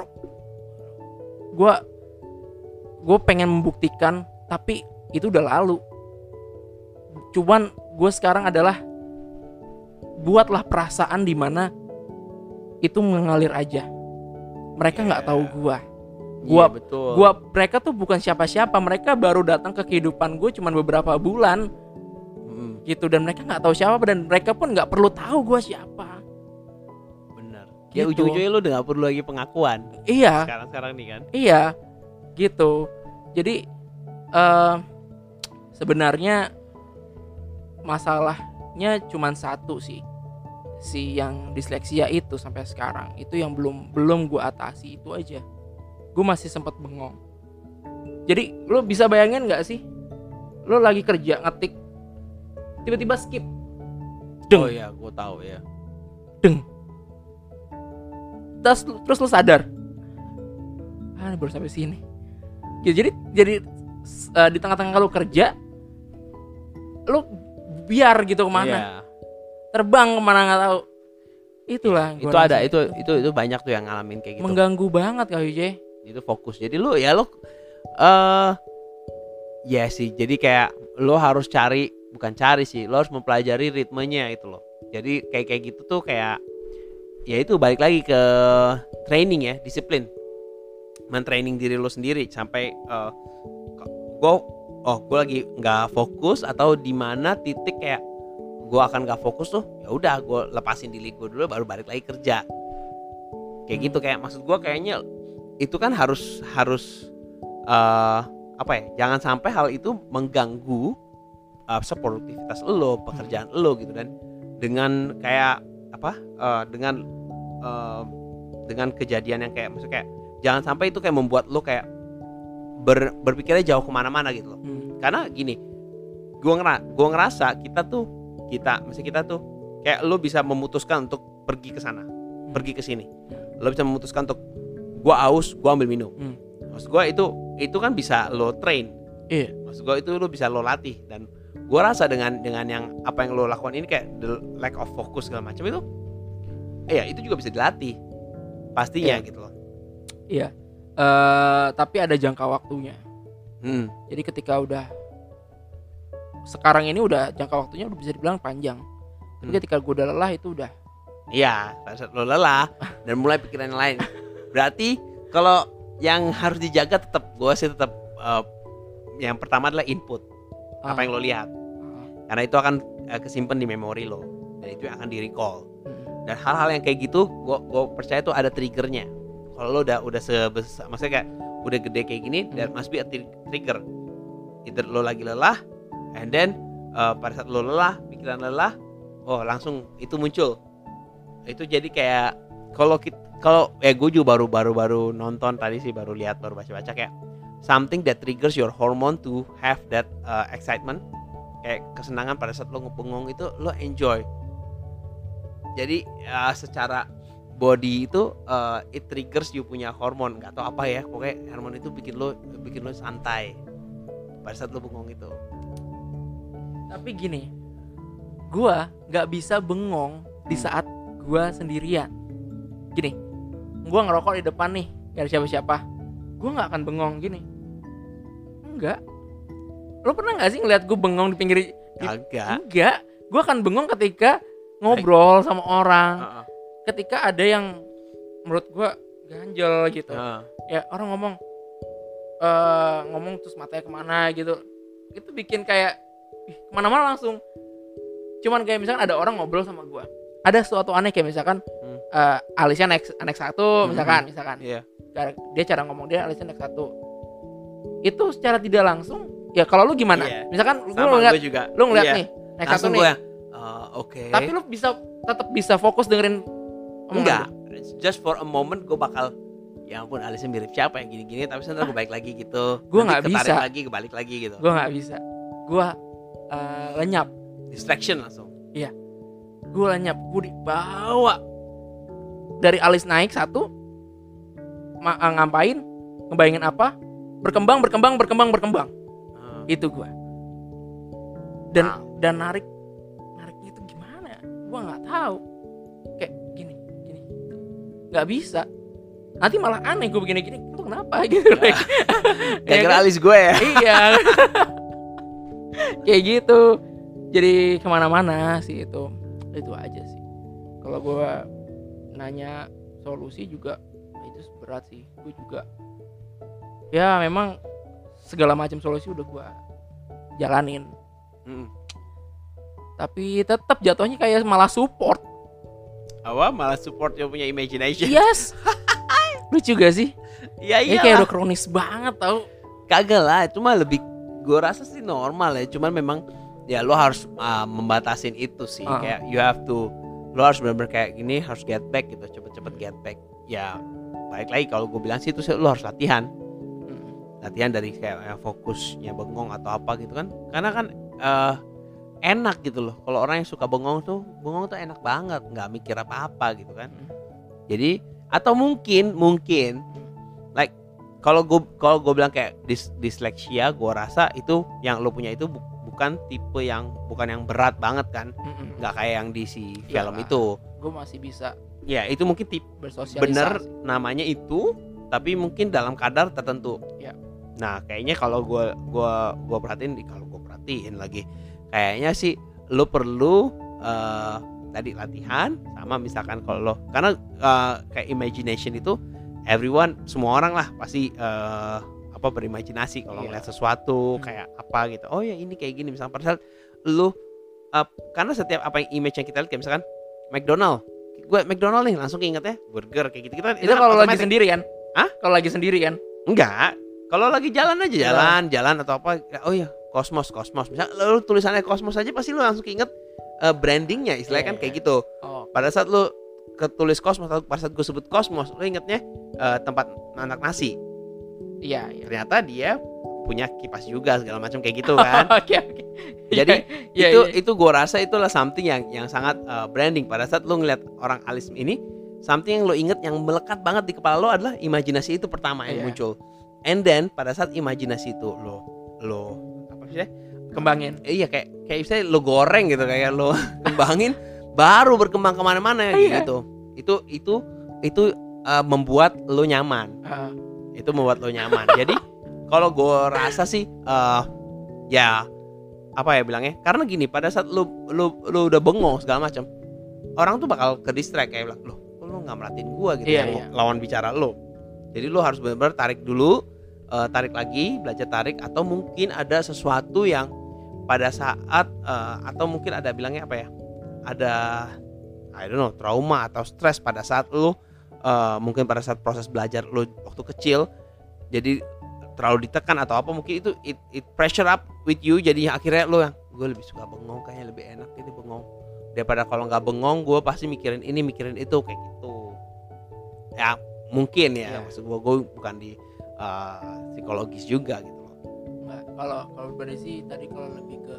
gue pengen membuktikan, tapi itu udah lalu. Cuman gue sekarang adalah buatlah perasaan di mana itu mengalir aja. Mereka nggak tahu gue. Mereka tuh bukan siapa-siapa. Mereka baru datang ke kehidupan gue cuman beberapa bulan, gitu. Dan mereka nggak tahu siapa, dan mereka pun nggak perlu tahu gue siapa. Bener. Gitu. Ya ujung-ujungnya lu udah nggak perlu lagi pengakuan. Iya. Sekarang nih kan. Iya, gitu. Jadi sebenarnya masalahnya cuman satu sih. Si yang disleksia itu sampai sekarang itu yang belum gue atasi, itu aja. Gue masih sempat bengong. Jadi lo bisa bayangin nggak sih, lo lagi kerja ngetik, tiba-tiba skip. Oh iya, gue tahu ya. Terus lo sadar, baru sampai sini. Ya, jadi di tengah-tengah lo kerja, lo biar gitu kemana? Yeah. Terbang kemana nggak tahu. Itulah itu ada itu banyak tuh yang ngalamin kayak gitu. Mengganggu banget Kak Wijay. Itu fokus. Jadi lu ya sih. Jadi kayak lu harus lo harus mempelajari ritmenya itu loh. Jadi kayak gitu tuh kayak ya itu balik lagi ke training ya, disiplin. Men-training diri lo sendiri sampai gue lagi nggak fokus atau di mana titik kayak gue akan gak fokus tuh, ya udah gue lepasin diri gue dulu baru balik lagi kerja. Kayak gitu, kayak maksud gue kayaknya itu kan harus jangan sampai hal itu mengganggu produktivitas lo, pekerjaan lo gitu. Dan dengan kayak dengan kejadian yang kayak maksudnya kayak jangan sampai itu kayak membuat lo kayak berpikirnya jauh kemana-mana gitu loh. Karena gini, gue ngerasa kita tuh kayak lo bisa memutuskan untuk pergi ke sana, pergi ke sini. Lo bisa memutuskan untuk gua aus, gua ambil minum. Maksud gua itu kan bisa lo train. Iya. Maksud gua itu lo bisa lo latih. Dan gua rasa dengan yang apa yang lo lakukan ini kayak the lack of focus segala macam itu, itu juga bisa dilatih pastinya gitu loh. Iya. Tapi ada jangka waktunya. Jadi ketika udah sekarang ini udah jangka waktunya udah bisa dibilang panjang. Tapi ketika gue udah lelah itu udah. Iya, saat lo lelah dan mulai pikiran yang lain. Berarti kalau yang harus dijaga gue tetap yang pertama adalah input. Apa yang lo lihat. Karena itu akan kesimpan di memori lo dan itu akan di-recall. Dan hal-hal yang kayak gitu gue percaya tuh ada triggernya. Kalau lo udah sebesar, maksudnya kayak udah gede kayak gini, there must be a trigger. Either lo lagi lelah, and then pada saat lo lelah, pikiran lelah, langsung itu muncul. Itu jadi kayak kalau gue juga baru nonton tadi sih, baru lihat, baru baca kayak something that triggers your hormone to have that excitement, kayak kesenangan pada saat lo ngebengong itu lo enjoy. Jadi secara body itu it triggers you punya hormon, nggak tahu apa ya, pokoknya hormon itu bikin lo santai pada saat lo bengong itu. Tapi gini, gua nggak bisa bengong di saat gua sendirian. Gini, gua ngerokok di depan nih, gak ada siapa-siapa, gua nggak akan bengong gini. Enggak. Lo pernah nggak sih ngeliat gua bengong di pinggir? Kagak. Enggak. Gua akan bengong ketika ngobrol sama orang. Ketika ada yang menurut gua ganjel gitu. Ya orang ngomong terus matanya kemana gitu, itu bikin kayak kemana-mana langsung. Cuman kayak misalkan ada orang ngobrol sama gua, ada sesuatu aneh kayak misalkan alisnya naik satu misalkan Iya. dia cara ngomong dia alisnya naik satu, itu secara tidak langsung ya. Kalau lu gimana? Iya. Misalkan Sama gue juga. lu ngeliat Iya. nih naik Langsung satu nih, oke. tapi lu tetap bisa fokus dengerin omongan Enggak, just for a moment gue bakal, ya ampun alisnya mirip siapa yang gini-gini, tapi sebentar gue balik lagi gitu. Gua Nanti nggak ketarik bisa. lagi, kebalik lagi gitu. Gua nggak bisa, gua lenyap. Distraction langsung. Gue lenyap, gue dibawa dari alis naik satu, ngapain, ngebayangin apa, berkembang. Itu gue. Dan nariknya itu gimana? Gue nggak tahu. Kayak gini, nggak bisa. Nanti malah aneh gue begini-gini, itu kenapa gitu? Gara-gara alis gue ya. Iya. Kayak gitu. Jadi kemana-mana sih itu aja sih. Kalau gue nanya solusi juga itu berat sih. Gue juga ya memang segala macam solusi udah gue jalanin. Tapi tetap jatuhnya kayak malah support. Apa? Malah support yang punya imagination. Yes. Lucu gak sih? Iya Ini kayak udah kronis banget tau. Kagak lah, cuma lebih gue rasa sih normal ya. Cuman memang ya lo harus membatasin itu sih. Kayak lo harus benar-benar kayak gini, harus get back gitu, cepet-cepet get back. Ya balik lagi kalau gue bilang sih itu lo harus latihan dari kayak fokusnya bengong atau apa gitu kan. Karena kan enak gitu loh. Kalau orang yang suka bengong tuh enak banget, nggak mikir apa-apa gitu kan. Jadi atau mungkin like kalau gue bilang kayak disleksia, gue rasa itu yang lo punya itu bukan yang berat banget kan, nggak kayak yang di si film itu. Gue masih bisa. Ya itu mungkin bersosialisasi. Bener namanya itu, tapi mungkin dalam kadar tertentu. Ya. Nah kayaknya kalau gue perhatiin lagi, kayaknya sih lo perlu tadi latihan sama misalkan kalau lo, karena kayak imagination itu semua orang lah pasti berimajinasi kalau ngeliat sesuatu kayak apa gitu. Oh ya ini kayak gini misalkan, padahal lu karena setiap apa yang image yang kita lihat kayak misalkan McDonald nih langsung ingetnya burger kayak gitu. Kita itu kalau lagi sendiri kan? Kalau lagi sendiri kan? Enggak. Kalau lagi jalan aja jalan atau apa. Oh ya Cosmos. Misal lu tulisannya Cosmos aja pasti lu langsung inget brandingnya istilahnya kan kayak gitu. Pada saat lu ketulis Cosmos atau pada saat gue sebut Cosmos, lu ingetnya tempat anak nasi. Iya. Ternyata dia punya kipas juga segala macam kayak gitu kan. Oke. Jadi itu gue rasa itulah something yang sangat branding. Pada saat lu ngeliat orang alis ini, something yang lo inget yang melekat banget di kepala lo adalah imajinasi itu pertama yang muncul. And then pada saat imajinasi itu lo apa sih? Kembangin. Iya kayak misalnya lo goreng gitu, kayak lo kembangin baru berkembang kemana-mana gitu. Itu membuat lo nyaman. Itu membuat lo nyaman. Jadi kalau gue rasa sih ya apa ya bilangnya, karena gini, pada saat lo udah bengong segala macam, orang tuh bakal ke distract kayak bilang, lo nggak merhatiin gue gitu lawan bicara lo. Jadi lo harus benar-benar tarik dulu, tarik lagi, belajar tarik, atau mungkin ada sesuatu yang pada saat atau mungkin ada bilangnya apa ya, ada I don't know trauma atau stres pada saat lo mungkin pada saat proses belajar lo waktu kecil, jadi terlalu ditekan atau apa, mungkin itu it pressure up with you, jadi akhirnya lo yang gue lebih suka bengong, kayaknya lebih enak ini bengong daripada kalau nggak bengong gue pasti mikirin ini mikirin itu kayak gitu ya, mungkin ya. Maksud gue bukan di psikologis juga gitu loh. Enggak, kalau berarti sih tadi kalau lebih ke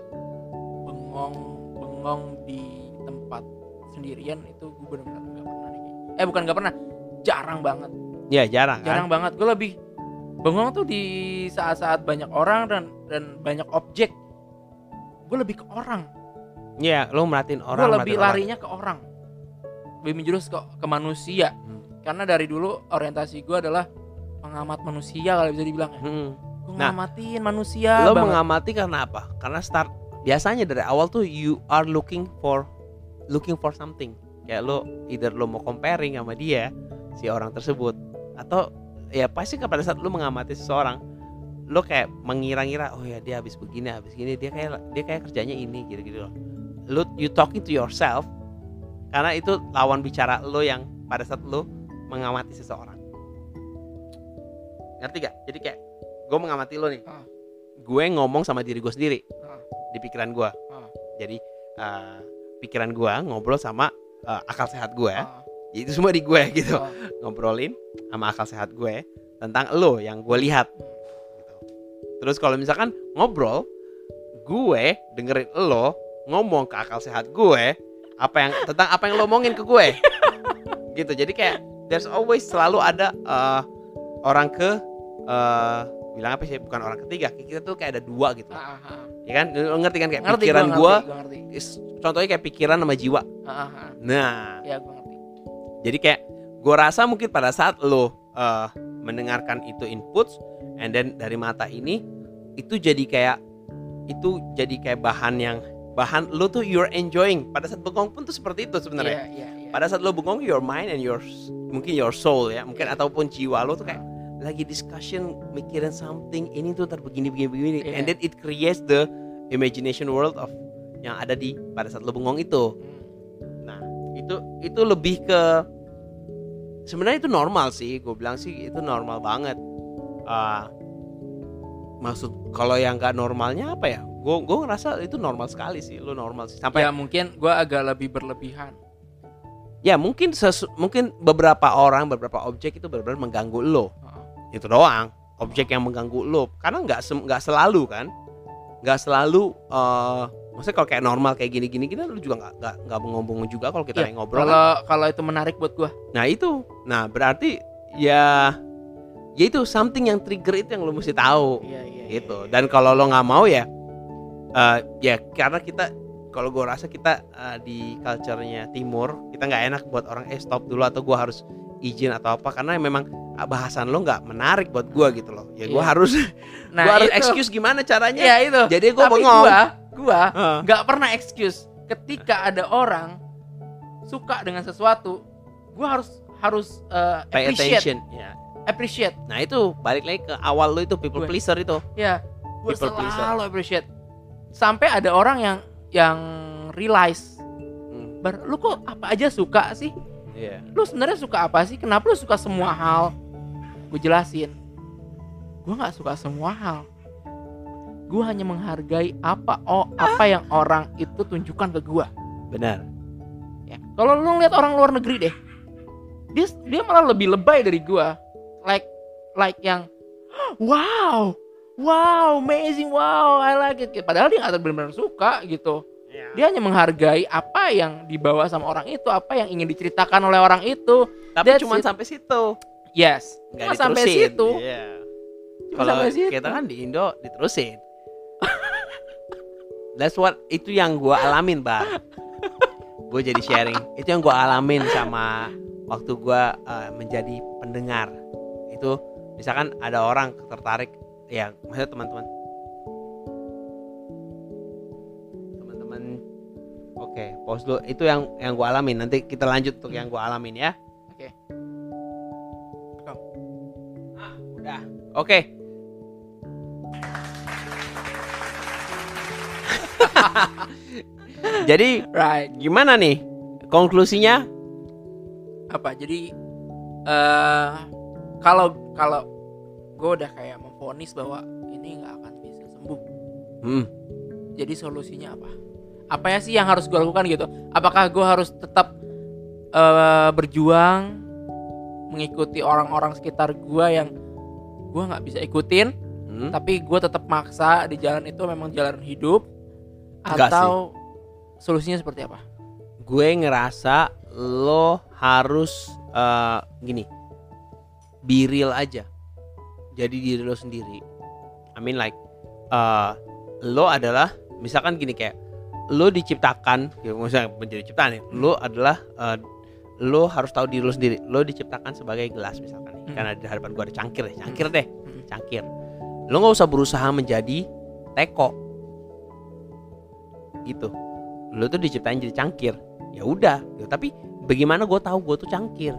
bengong di tempat sendirian itu gue benar-benar nggak pernah nih. Bukan nggak pernah, jarang banget. Ya jarang Banget. Gue lebih bengong tuh di saat-saat banyak orang dan banyak objek. Gue lebih ke orang. Iya, lo merhatiin orang. Gue lebih larinya ke orang. Lebih menjurus ke manusia. Karena dari dulu orientasi gue adalah pengamat manusia kalau bisa dibilang ya. Gue ngamatin manusia. Lo banget. mengamati karena apa? Karena biasanya dari awal tuh you are looking for something. Kayak lo either lo mau comparing sama dia, si orang tersebut, atau ya pasti pada saat lo mengamati seseorang, lo kayak mengira-ngira, oh ya dia habis begini, dia kayak kerjanya ini gitu loh. Lo you talking to yourself karena itu lawan bicara lo yang pada saat lo mengamati seseorang. Ngerti gak? Jadi kayak gue mengamati lo nih, gue ngomong sama diri gue sendiri di pikiran gue. Jadi pikiran gue ngobrol sama akal sehat gue. Itu semua di gue gitu. Ngobrolin sama akal sehat gue tentang lo yang gue lihat gitu. Terus kalau misalkan ngobrol, gue dengerin lo ngomong ke akal sehat gue tentang apa yang lo omongin ke gue. Gitu. Jadi kayak there's always selalu ada orang bilang apa sih, bukan orang ketiga, kita tuh kayak ada dua gitu. Ya kan, lo ngerti kan kayak pikiran gue. Contohnya kayak pikiran sama jiwa. Nah, ya gue ngerti. Jadi kayak gue rasa mungkin pada saat lo mendengarkan itu inputs, and then dari mata ini itu jadi kayak bahan lo tuh you're enjoying. Pada saat bengong pun tuh seperti itu sebenarnya. Pada saat lo bengong, your mind and mungkin your soul ya, mungkin ataupun jiwa lo tuh kayak lagi discussion, mikirin something, ini tuh begini, and then it creates the imagination world of yang ada di pada saat lo bengong itu. Nah, itu lebih ke sebenarnya itu normal sih, gue bilang sih itu normal banget. Maksud kalau yang nggak normalnya apa ya? Gue ngerasa itu normal sekali sih, lo normal sih. Sampai ya mungkin gue agak lebih berlebihan. Ya mungkin beberapa orang, beberapa objek itu benar-benar mengganggu lo. Itu doang, objek yang mengganggu lo. Karena nggak selalu kan, nggak selalu. Maksudnya kalau kayak normal kayak gini lu juga nggak ngomong juga kalau kita ngobrol. Kalau itu menarik buat gue. Nah berarti ya itu something yang trigger itu yang lo mesti tahu. Gitu. Dan kalau lo nggak mau ya karena kita, kalau gue rasa kita di culture-nya timur, kita nggak enak buat orang stop dulu atau gue harus izin atau apa, karena memang bahasan lo nggak menarik buat gue gitu loh. Ya gue harus excuse gimana caranya. Iya itu. Jadi gue bengong. Gue nggak pernah excuse ketika ada orang suka dengan sesuatu, gue harus pay attention. Appreciate. Nah itu balik lagi ke awal lo itu people pleaser itu. Ya, gue selalu appreciate. Sampai ada orang yang realize, lu kok apa aja suka sih? Lu sebenarnya suka apa sih? Kenapa lu suka semua hal? Gue jelasin, gue nggak suka semua hal. Gue hanya menghargai apa yang orang itu tunjukkan ke gue. Benar. Ya, kalau lu ngeliat orang luar negeri deh, dia malah lebih lebay dari gue. Like yang wow, amazing, wow, I like it. Padahal dia nggak benar-benar suka gitu. Dia hanya menghargai apa yang dibawa sama orang itu, apa yang ingin diceritakan oleh orang itu. Tapi cuma sampai situ. Yes, cuma sampai situ. Kalau kita kan di Indo diterusin. That's what, itu yang gue alamin, Bar. Gue jadi sharing. Itu yang gue alamin sama waktu gue menjadi pendengar. Itu misalkan ada orang tertarik, ya maksudnya teman-teman, oke, pause dulu. Itu yang gue alamin. Nanti kita lanjut untuk yang gue alamin ya. Oke. Udah. Oke. Jadi gimana nih konklusinya? Apa? Jadi kalau gue udah kayak memvonis bahwa ini nggak akan bisa sembuh. Jadi solusinya apa? Apa ya sih yang harus gue lakukan gitu? Apakah gue harus tetap berjuang mengikuti orang-orang sekitar gue yang gue nggak bisa ikutin, tapi gue tetap maksa di jalan itu memang jalan hidup, Enggak atau solusinya seperti apa? Gue ngerasa lo harus gini, be real aja, jadi diri lo sendiri. I mean like lo adalah misalkan gini, kayak lo diciptakan, ya misalnya menjadi ciptaan ya, lo adalah lo harus tahu diri lo sendiri. Lo diciptakan sebagai gelas misalkan nih, karena di hadapan gue ada cangkir deh, cangkir. Lo nggak usah berusaha menjadi teko gitu. Lo tuh diciptain jadi cangkir, ya udah gitu. Tapi bagaimana gue tahu gue tuh cangkir?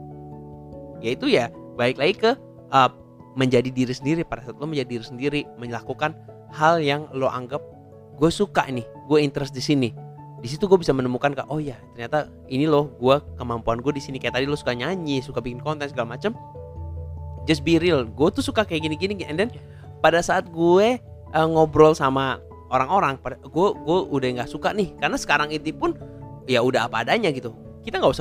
Ya itu ya balik lagi ke menjadi diri sendiri. Pada saat lo menjadi diri sendiri, melakukan hal yang lo anggap gue suka nih, gue interest di sini. Di situ gue bisa menemukan oh ya ternyata ini loh gue, kemampuan gue di sini. Kayak tadi lo suka nyanyi, suka bikin konten segala macem. Just be real. Gue tuh suka kayak gini-gini. And then pada saat gue ngobrol sama orang-orang, gue udah nggak suka nih, karena sekarang itu pun ya udah apa adanya gitu. Kita nggak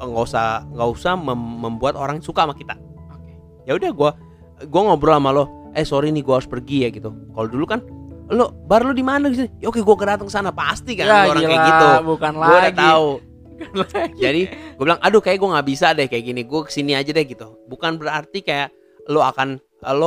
usah membuat orang suka sama kita. Ya udah gue ngobrol sama lo, sorry nih gue harus pergi ya gitu. Kalau dulu kan lo di mana gitu, ya oke gue datang sana, pasti kan Ya, orang gila, kayak gitu. bukan Gue udah lagi. tahu. Jadi gue bilang aduh kayak gue nggak bisa deh kayak gini, gue kesini aja deh gitu. Bukan berarti kayak lo akan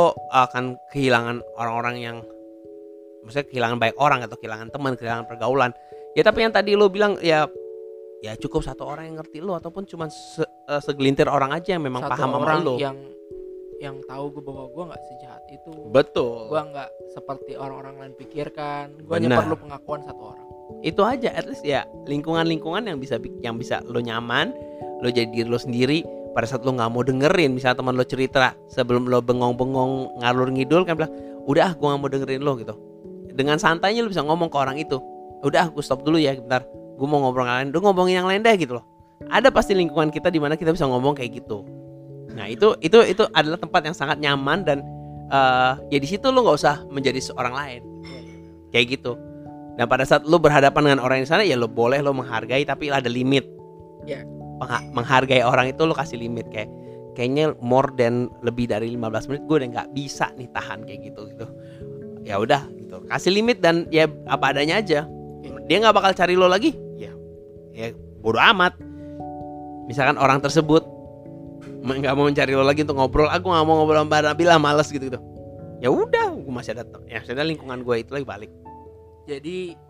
kehilangan orang-orang yang, maksudnya kehilangan banyak orang atau kehilangan teman, kehilangan pergaulan. Ya tapi yang tadi lo bilang ya cukup satu orang yang ngerti lo, ataupun cuma segelintir orang aja yang memang Satu paham sama orang lo. yang tahu gue bahwa gue nggak sejahat itu. Betul. Gue nggak seperti orang-orang lain pikirkan. Gue hanya Benar. perlu pengakuan satu orang. Itu aja, at least ya lingkungan yang bisa lo nyaman, lo jadi diri lo sendiri. Pada saat lo nggak mau dengerin, misalnya teman lo cerita, sebelum lo bengong-bengong ngalur ngidul kan bilang, udah gue nggak mau dengerin lo gitu. Dengan santainya lo bisa ngomong ke orang itu, udah gue stop dulu ya bentar, gue mau ngobrol yang lain, udah ngomongin yang lain deh gitu loh. Ada pasti lingkungan kita di mana kita bisa ngomong kayak gitu. Nah itu adalah tempat yang sangat nyaman, dan ya di situ lo nggak usah menjadi seorang lain kayak gitu. Dan pada saat lo berhadapan dengan orang di sana, ya lo boleh lo menghargai, tapi ada limit. Ya. Menghargai orang itu lo kasih limit, kayaknya more than lebih dari 15 menit gue udah nggak bisa nih tahan kayak gitu. Ya udah gitu, kasih limit, dan ya apa adanya aja. Dia nggak bakal cari lo lagi, ya bodo amat. Misalkan orang tersebut nggak mau mencari lo lagi untuk ngobrol, aku nggak mau ngobrol sama Nabila, males gitu. Ya udah, gue masih ada lingkungan gue itu lagi balik. Jadi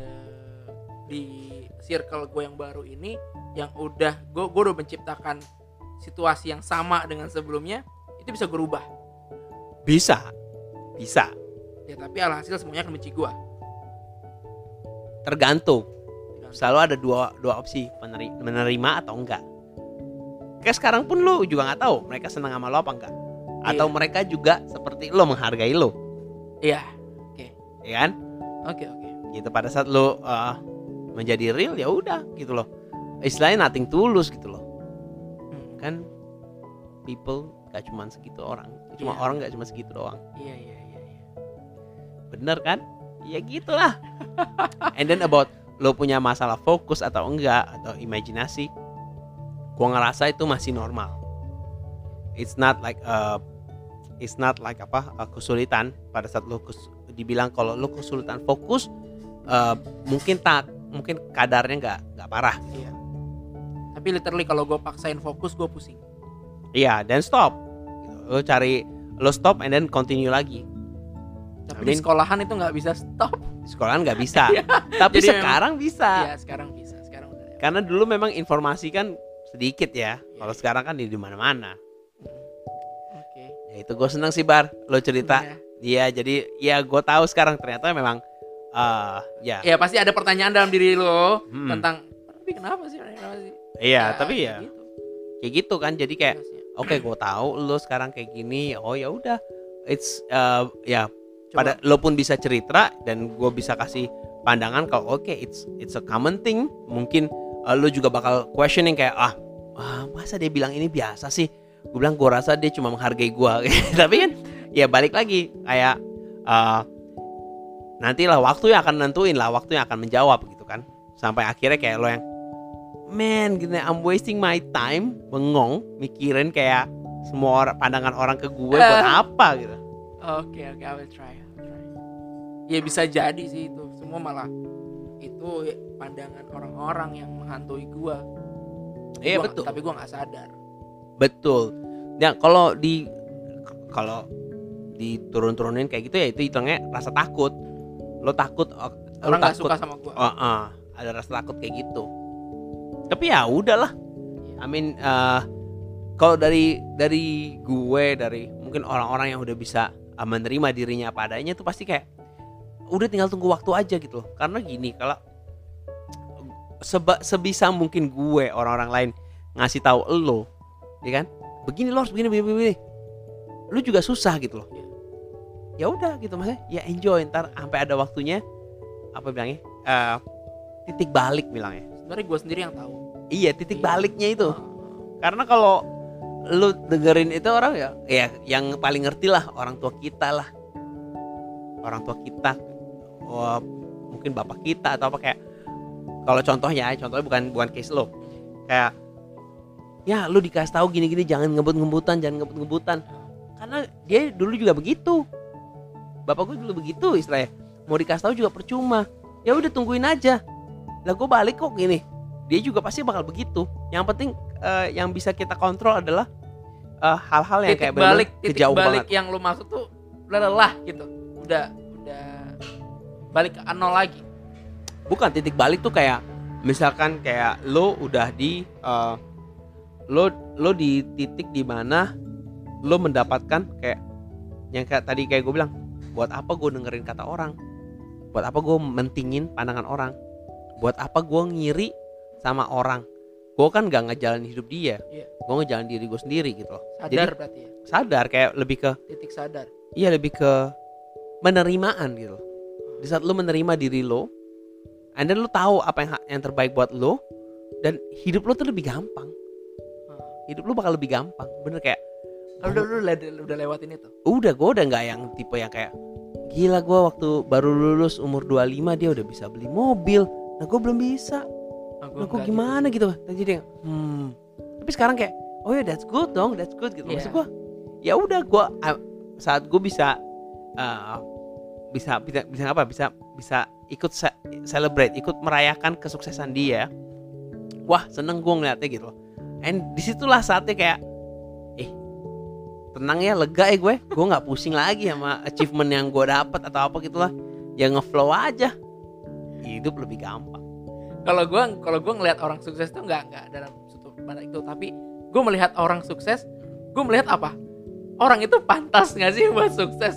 di circle gue yang baru ini, yang udah gue udah menciptakan situasi yang sama dengan sebelumnya, itu bisa gue rubah. Bisa. Ya tapi alhasil semuanya akan benci gue. Tergantung. Selalu ada dua opsi, menerima atau enggak. Kayak sekarang pun lo juga nggak tahu mereka senang sama lo apa enggak, atau mereka juga seperti lo menghargai lo. Iya. Oke. Ya kan? Oke. Gitu, pada saat lo menjadi real, ya udah gitu loh. Istilahnya nothing tulus gitu loh. Kan people gak cuma segitu orang, orang gak cuma segitu doang. Iya. Bener kan? Ya gitulah. And then about lo punya masalah fokus atau enggak, atau imajinasi, gua ngerasa itu masih normal. It's not like kesulitan. Pada saat lo dibilang kalau lo kesulitan fokus, mungkin kadarnya nggak parah. Iya. Tapi literally kalau gue paksain fokus, gue pusing. Iya, dan stop. Lo stop and then continue lagi. Tapi di sekolahan itu nggak bisa stop. Di sekolahan nggak bisa. Tapi Jadi sekarang bisa. Iya, sekarang bisa. Sekarang udah. Karena dulu memang informasi kan sedikit ya. Kalau sekarang kan di mana-mana. Oke. Ya itu gue seneng sih Bar, lo cerita. Iya, jadi ya gue tahu sekarang ternyata memang ya. Ya pasti ada pertanyaan dalam diri lo tentang tapi kenapa sih? Iya, tapi ya gitu. kayak gitu kan. Jadi kayak oke, gue tahu lo sekarang kayak gini. Oh ya udah, it's pada lo pun bisa cerita, dan gue bisa kasih pandangan kalau oke, it's a common thing. Mungkin lo juga bakal questioning kayak masa dia bilang ini biasa sih. Gue bilang gue rasa dia cuma menghargai gue. Tapi kan ya balik lagi kayak nantilah waktu yang akan nentuin lah, waktu yang akan menjawab gitu kan. Sampai akhirnya kayak lo yang man gitu, I'm wasting my time bengong mikirin kayak semua pandangan orang ke gue buat apa gitu. Oke, I will try. Ya bisa jadi sih itu semua malah itu pandangan orang-orang yang menghantui gua. Iya betul. Tapi gua nggak sadar. Betul. Ya kalau diturun-turunin kayak gitu ya itu hitungnya rasa takut. Lo takut Orang nggak suka sama gua. Ada rasa takut kayak gitu. Tapi ya udahlah. I mean kalau dari gue, dari mungkin orang-orang yang udah bisa menerima dirinya apa adanya tuh pasti kayak udah tinggal tunggu waktu aja gitu loh. Karena gini, kalau sebisa mungkin gue, orang-orang lain ngasih tahu lo, ya kan? Begini lo harus begini. Lu juga susah gitu loh. Ya udah gitu maksudnya, ya enjoy, ntar sampai ada waktunya apa bilangnya? Titik balik bilangnya. Sebenarnya gue sendiri yang tahu. Iya, titik baliknya itu. Karena kalau lu dengerin itu orang ya yang paling ngerti lah orang tua kita lah. Orang tua kita, mungkin bapak kita atau apa kayak. Kalau contohnya bukan case lo. Kayak ya lu dikasih tahu gini-gini jangan ngebut-ngebutan. Karena dia dulu juga begitu. Bapak gue dulu begitu istilahnya. Mau dikasih tahu juga percuma. Ya udah tungguin aja. Lah gue balik kok gini. Dia juga pasti bakal begitu. Yang penting yang bisa kita kontrol adalah hal-hal yang kayak benar kejauh balik banget. Yang lu maksud tuh lelah gitu. Udah balik ke nol lagi. Bukan, titik balik tuh kayak misalkan kayak lo udah di lo di titik di mana lo mendapatkan kayak yang kayak tadi kayak gue bilang, buat apa gue dengerin kata orang? Buat apa gue mentingin pandangan orang? Buat apa gue ngiri sama orang? Gue kan gak ngejalanin hidup dia, gue ngejalanin diri gue sendiri gitu loh. Sadar. Jadi, berarti ya? Sadar, kayak lebih ke titik sadar. Iya, lebih ke penerimaan gitu loh. Di saat lo menerima diri lo, and then lo tahu apa yang terbaik buat lo, dan hidup lo tuh lebih gampang. Hidup lo bakal lebih gampang, bener kayak. Lu udah lewatin itu? Gue udah gak yang tipe yang kayak gila, gue waktu baru lulus umur 25 dia udah bisa beli mobil. Nah gue belum bisa. Nah gue gimana gitu. Nah, jadi tapi sekarang kayak oh ya that's good gitu. Maksud gue ya udah gue saat gue bisa ikut celebrate, ikut merayakan kesuksesan dia. Wah seneng gue ngeliatnya gitu loh. And disitulah saatnya kayak tenang ya, lega ya gue nggak pusing lagi sama achievement yang gue dapat atau apa gitulah. Ya ngeflow aja, hidup lebih gampang. Kalau gue ngelihat orang sukses tuh nggak dalam sudut pandang itu, tapi gue melihat orang sukses, gue melihat apa? Orang itu pantas nggak sih buat sukses?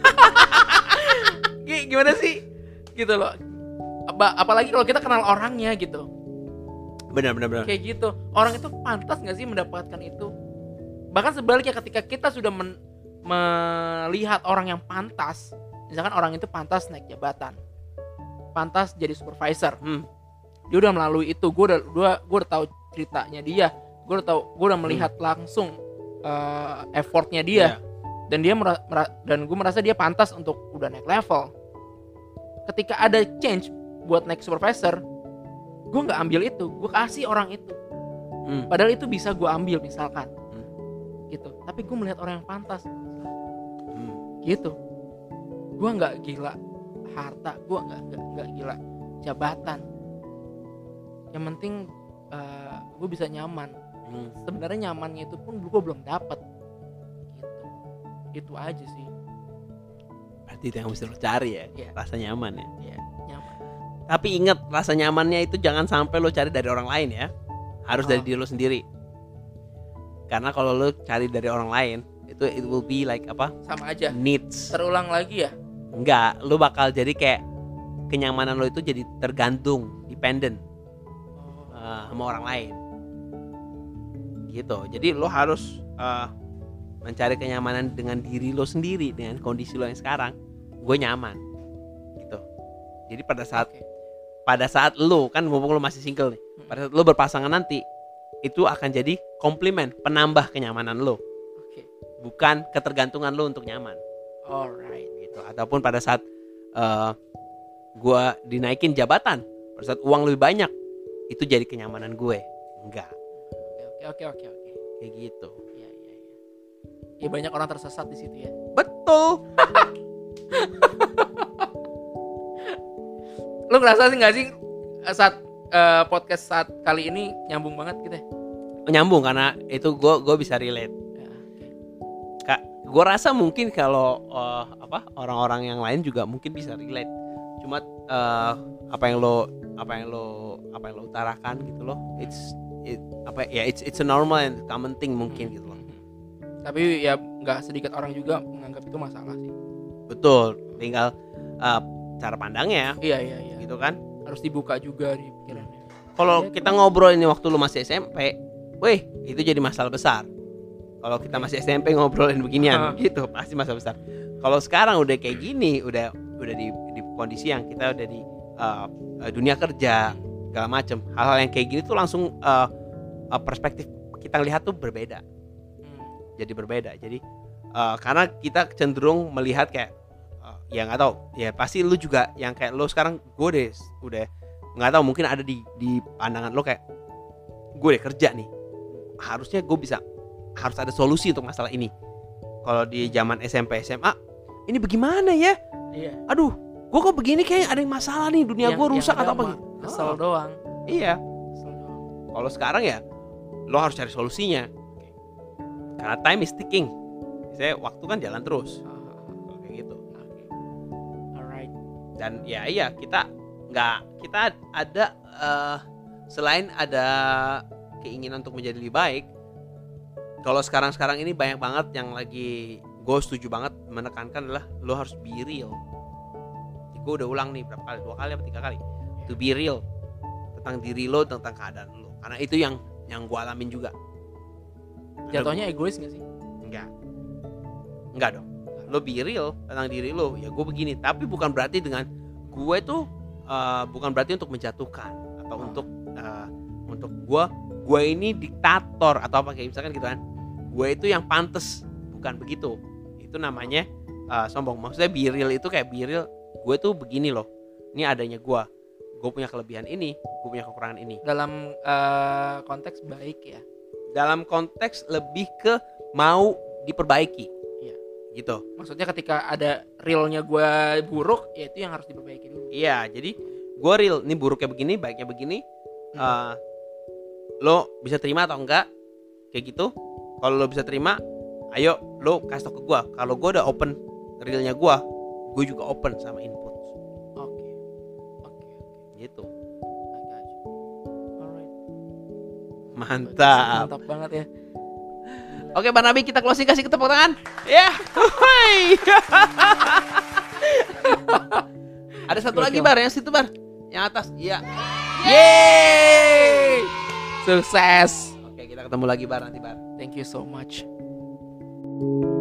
Gimana sih? Gitu loh. Apalagi kalau kita kenal orangnya gitu. Benar. Kayak gitu. Orang itu pantas nggak sih mendapatkan itu? Bahkan sebaliknya ketika kita sudah melihat orang yang pantas, misalkan orang itu pantas naik jabatan, pantas jadi supervisor, dia udah melalui itu, gue udah tahu ceritanya dia, gue udah melihat langsung effortnya dia, dan gue merasa dia pantas untuk udah naik level. Ketika ada change buat naik supervisor, gue nggak ambil itu, gue kasih orang itu, padahal itu bisa gue ambil misalkan. Gitu. Tapi gue melihat orang yang pantas gitu. Gue nggak gila harta, gue nggak gila jabatan. Yang penting gue bisa nyaman. Sebenarnya nyamannya itu pun gue belum dapat. Gitu. Itu aja sih. Berarti itu yang mesti lo cari ya, rasa nyaman ya. Iya, nyaman. Tapi ingat, rasa nyamannya itu jangan sampai lo cari dari orang lain ya. Harus dari diri lo sendiri. Karena kalau lo cari dari orang lain, itu it will be like apa? Sama aja. Needs. Terulang lagi ya? Enggak, lo bakal jadi kayak kenyamanan lo itu jadi tergantung, dependent sama orang lain. Gitu. Jadi lo harus mencari kenyamanan dengan diri lo sendiri, dengan kondisi lo yang sekarang. Gue nyaman. Gitu. Jadi pada saat lo kan ngomong lo masih single nih. Pada saat lo berpasangan nanti, itu akan jadi komplimen, penambah kenyamanan lo. Bukan ketergantungan lo untuk nyaman. Alright. Gitu. Ataupun pada saat gue dinaikin jabatan, pada saat uang lebih banyak, itu jadi kenyamanan gue. Enggak. Oke. Kayak gitu. Iya. Ya banyak orang tersesat di situ ya. Betul. Lu ngerasa sih nggak sih saat podcast saat kali ini nyambung banget gitu ya? Nyambung karena itu gue bisa relate. Ya, oke. Kak, gue rasa mungkin kalau orang-orang yang lain juga mungkin bisa relate. Cuma apa yang lo utarakan gitu loh, it's a normal and common thing mungkin gitu loh. Tapi ya nggak sedikit orang juga menganggap itu masalah sih. Betul, tinggal cara pandangnya Iya. gitu kan. Harus dibuka juga di pikirannya. Kalau kita ngobrol ini waktu lu masih SMP, weh itu jadi masalah besar. Kalau kita masih SMP ngobrolin beginian gitu pasti masalah besar. Kalau sekarang udah kayak gini, udah di kondisi yang kita udah di dunia kerja segala macem, hal-hal yang kayak gini tuh langsung perspektif kita lihat tuh berbeda. Jadi berbeda. Jadi karena kita cenderung melihat kayak ya nggak tahu, ya pasti lu juga yang kayak lu sekarang, gue udah nggak tahu, mungkin ada di pandangan lo kayak gue udah kerja nih, harusnya gue harus ada solusi untuk masalah ini. Kalau di zaman SMP SMA ini bagaimana ya? Iya. Aduh, gue kok begini, kayak ada yang masalah nih, dunia gue rusak atau apa gitu. Kesel doang. Iya. Kesel doang. Kalau sekarang ya lo harus cari solusinya. Karena time is ticking. Saya waktu kan jalan terus. Kayak gitu. Alright. Dan ya iya, kita ada selain ada keinginan untuk menjadi lebih baik. Kalau sekarang ini banyak banget yang lagi, gue setuju banget menekankan adalah lo harus be real. Gue udah ulang nih berapa kali, 2 kali atau 3 kali. To be real tentang diri lo, tentang keadaan lo. Karena itu yang gue alamin juga. Jatuhnya egois gak sih? Enggak dong. Lo be real tentang diri lo. Ya gue begini, tapi bukan berarti dengan gue tuh bukan berarti untuk menjatuhkan atau untuk gue ini diktator atau apa kayak misalkan gitu kan. Gue itu yang pantes, bukan begitu. Itu namanya sombong. Maksudnya be real itu kayak be real, gue tuh begini loh. Ini adanya gue punya kelebihan ini, gue punya kekurangan ini. Dalam konteks baik ya. Dalam konteks lebih ke mau diperbaiki. Iya. Gitu. Maksudnya ketika ada realnya gue buruk, ya itu yang harus diperbaiki dulu. Iya, jadi gue real, ini buruknya begini, baiknya begini. Lo bisa terima atau enggak? Kayak gitu. Kalau lo bisa terima, ayo lo kasih tau ke gue. Kalau gue udah open realnya gue juga open sama input. Oke. Gitu. Alright. Mantap. Mantap banget ya. Oke, Bang Nabi, kita closing, kasih tepuk tangan. Ya. Ada satu lagi, Bar, yang situ, Bar. Yang atas. Iya. Yeay! Sukses. Oke, kita ketemu lagi, Bar, nanti, Bar. Thank you so much.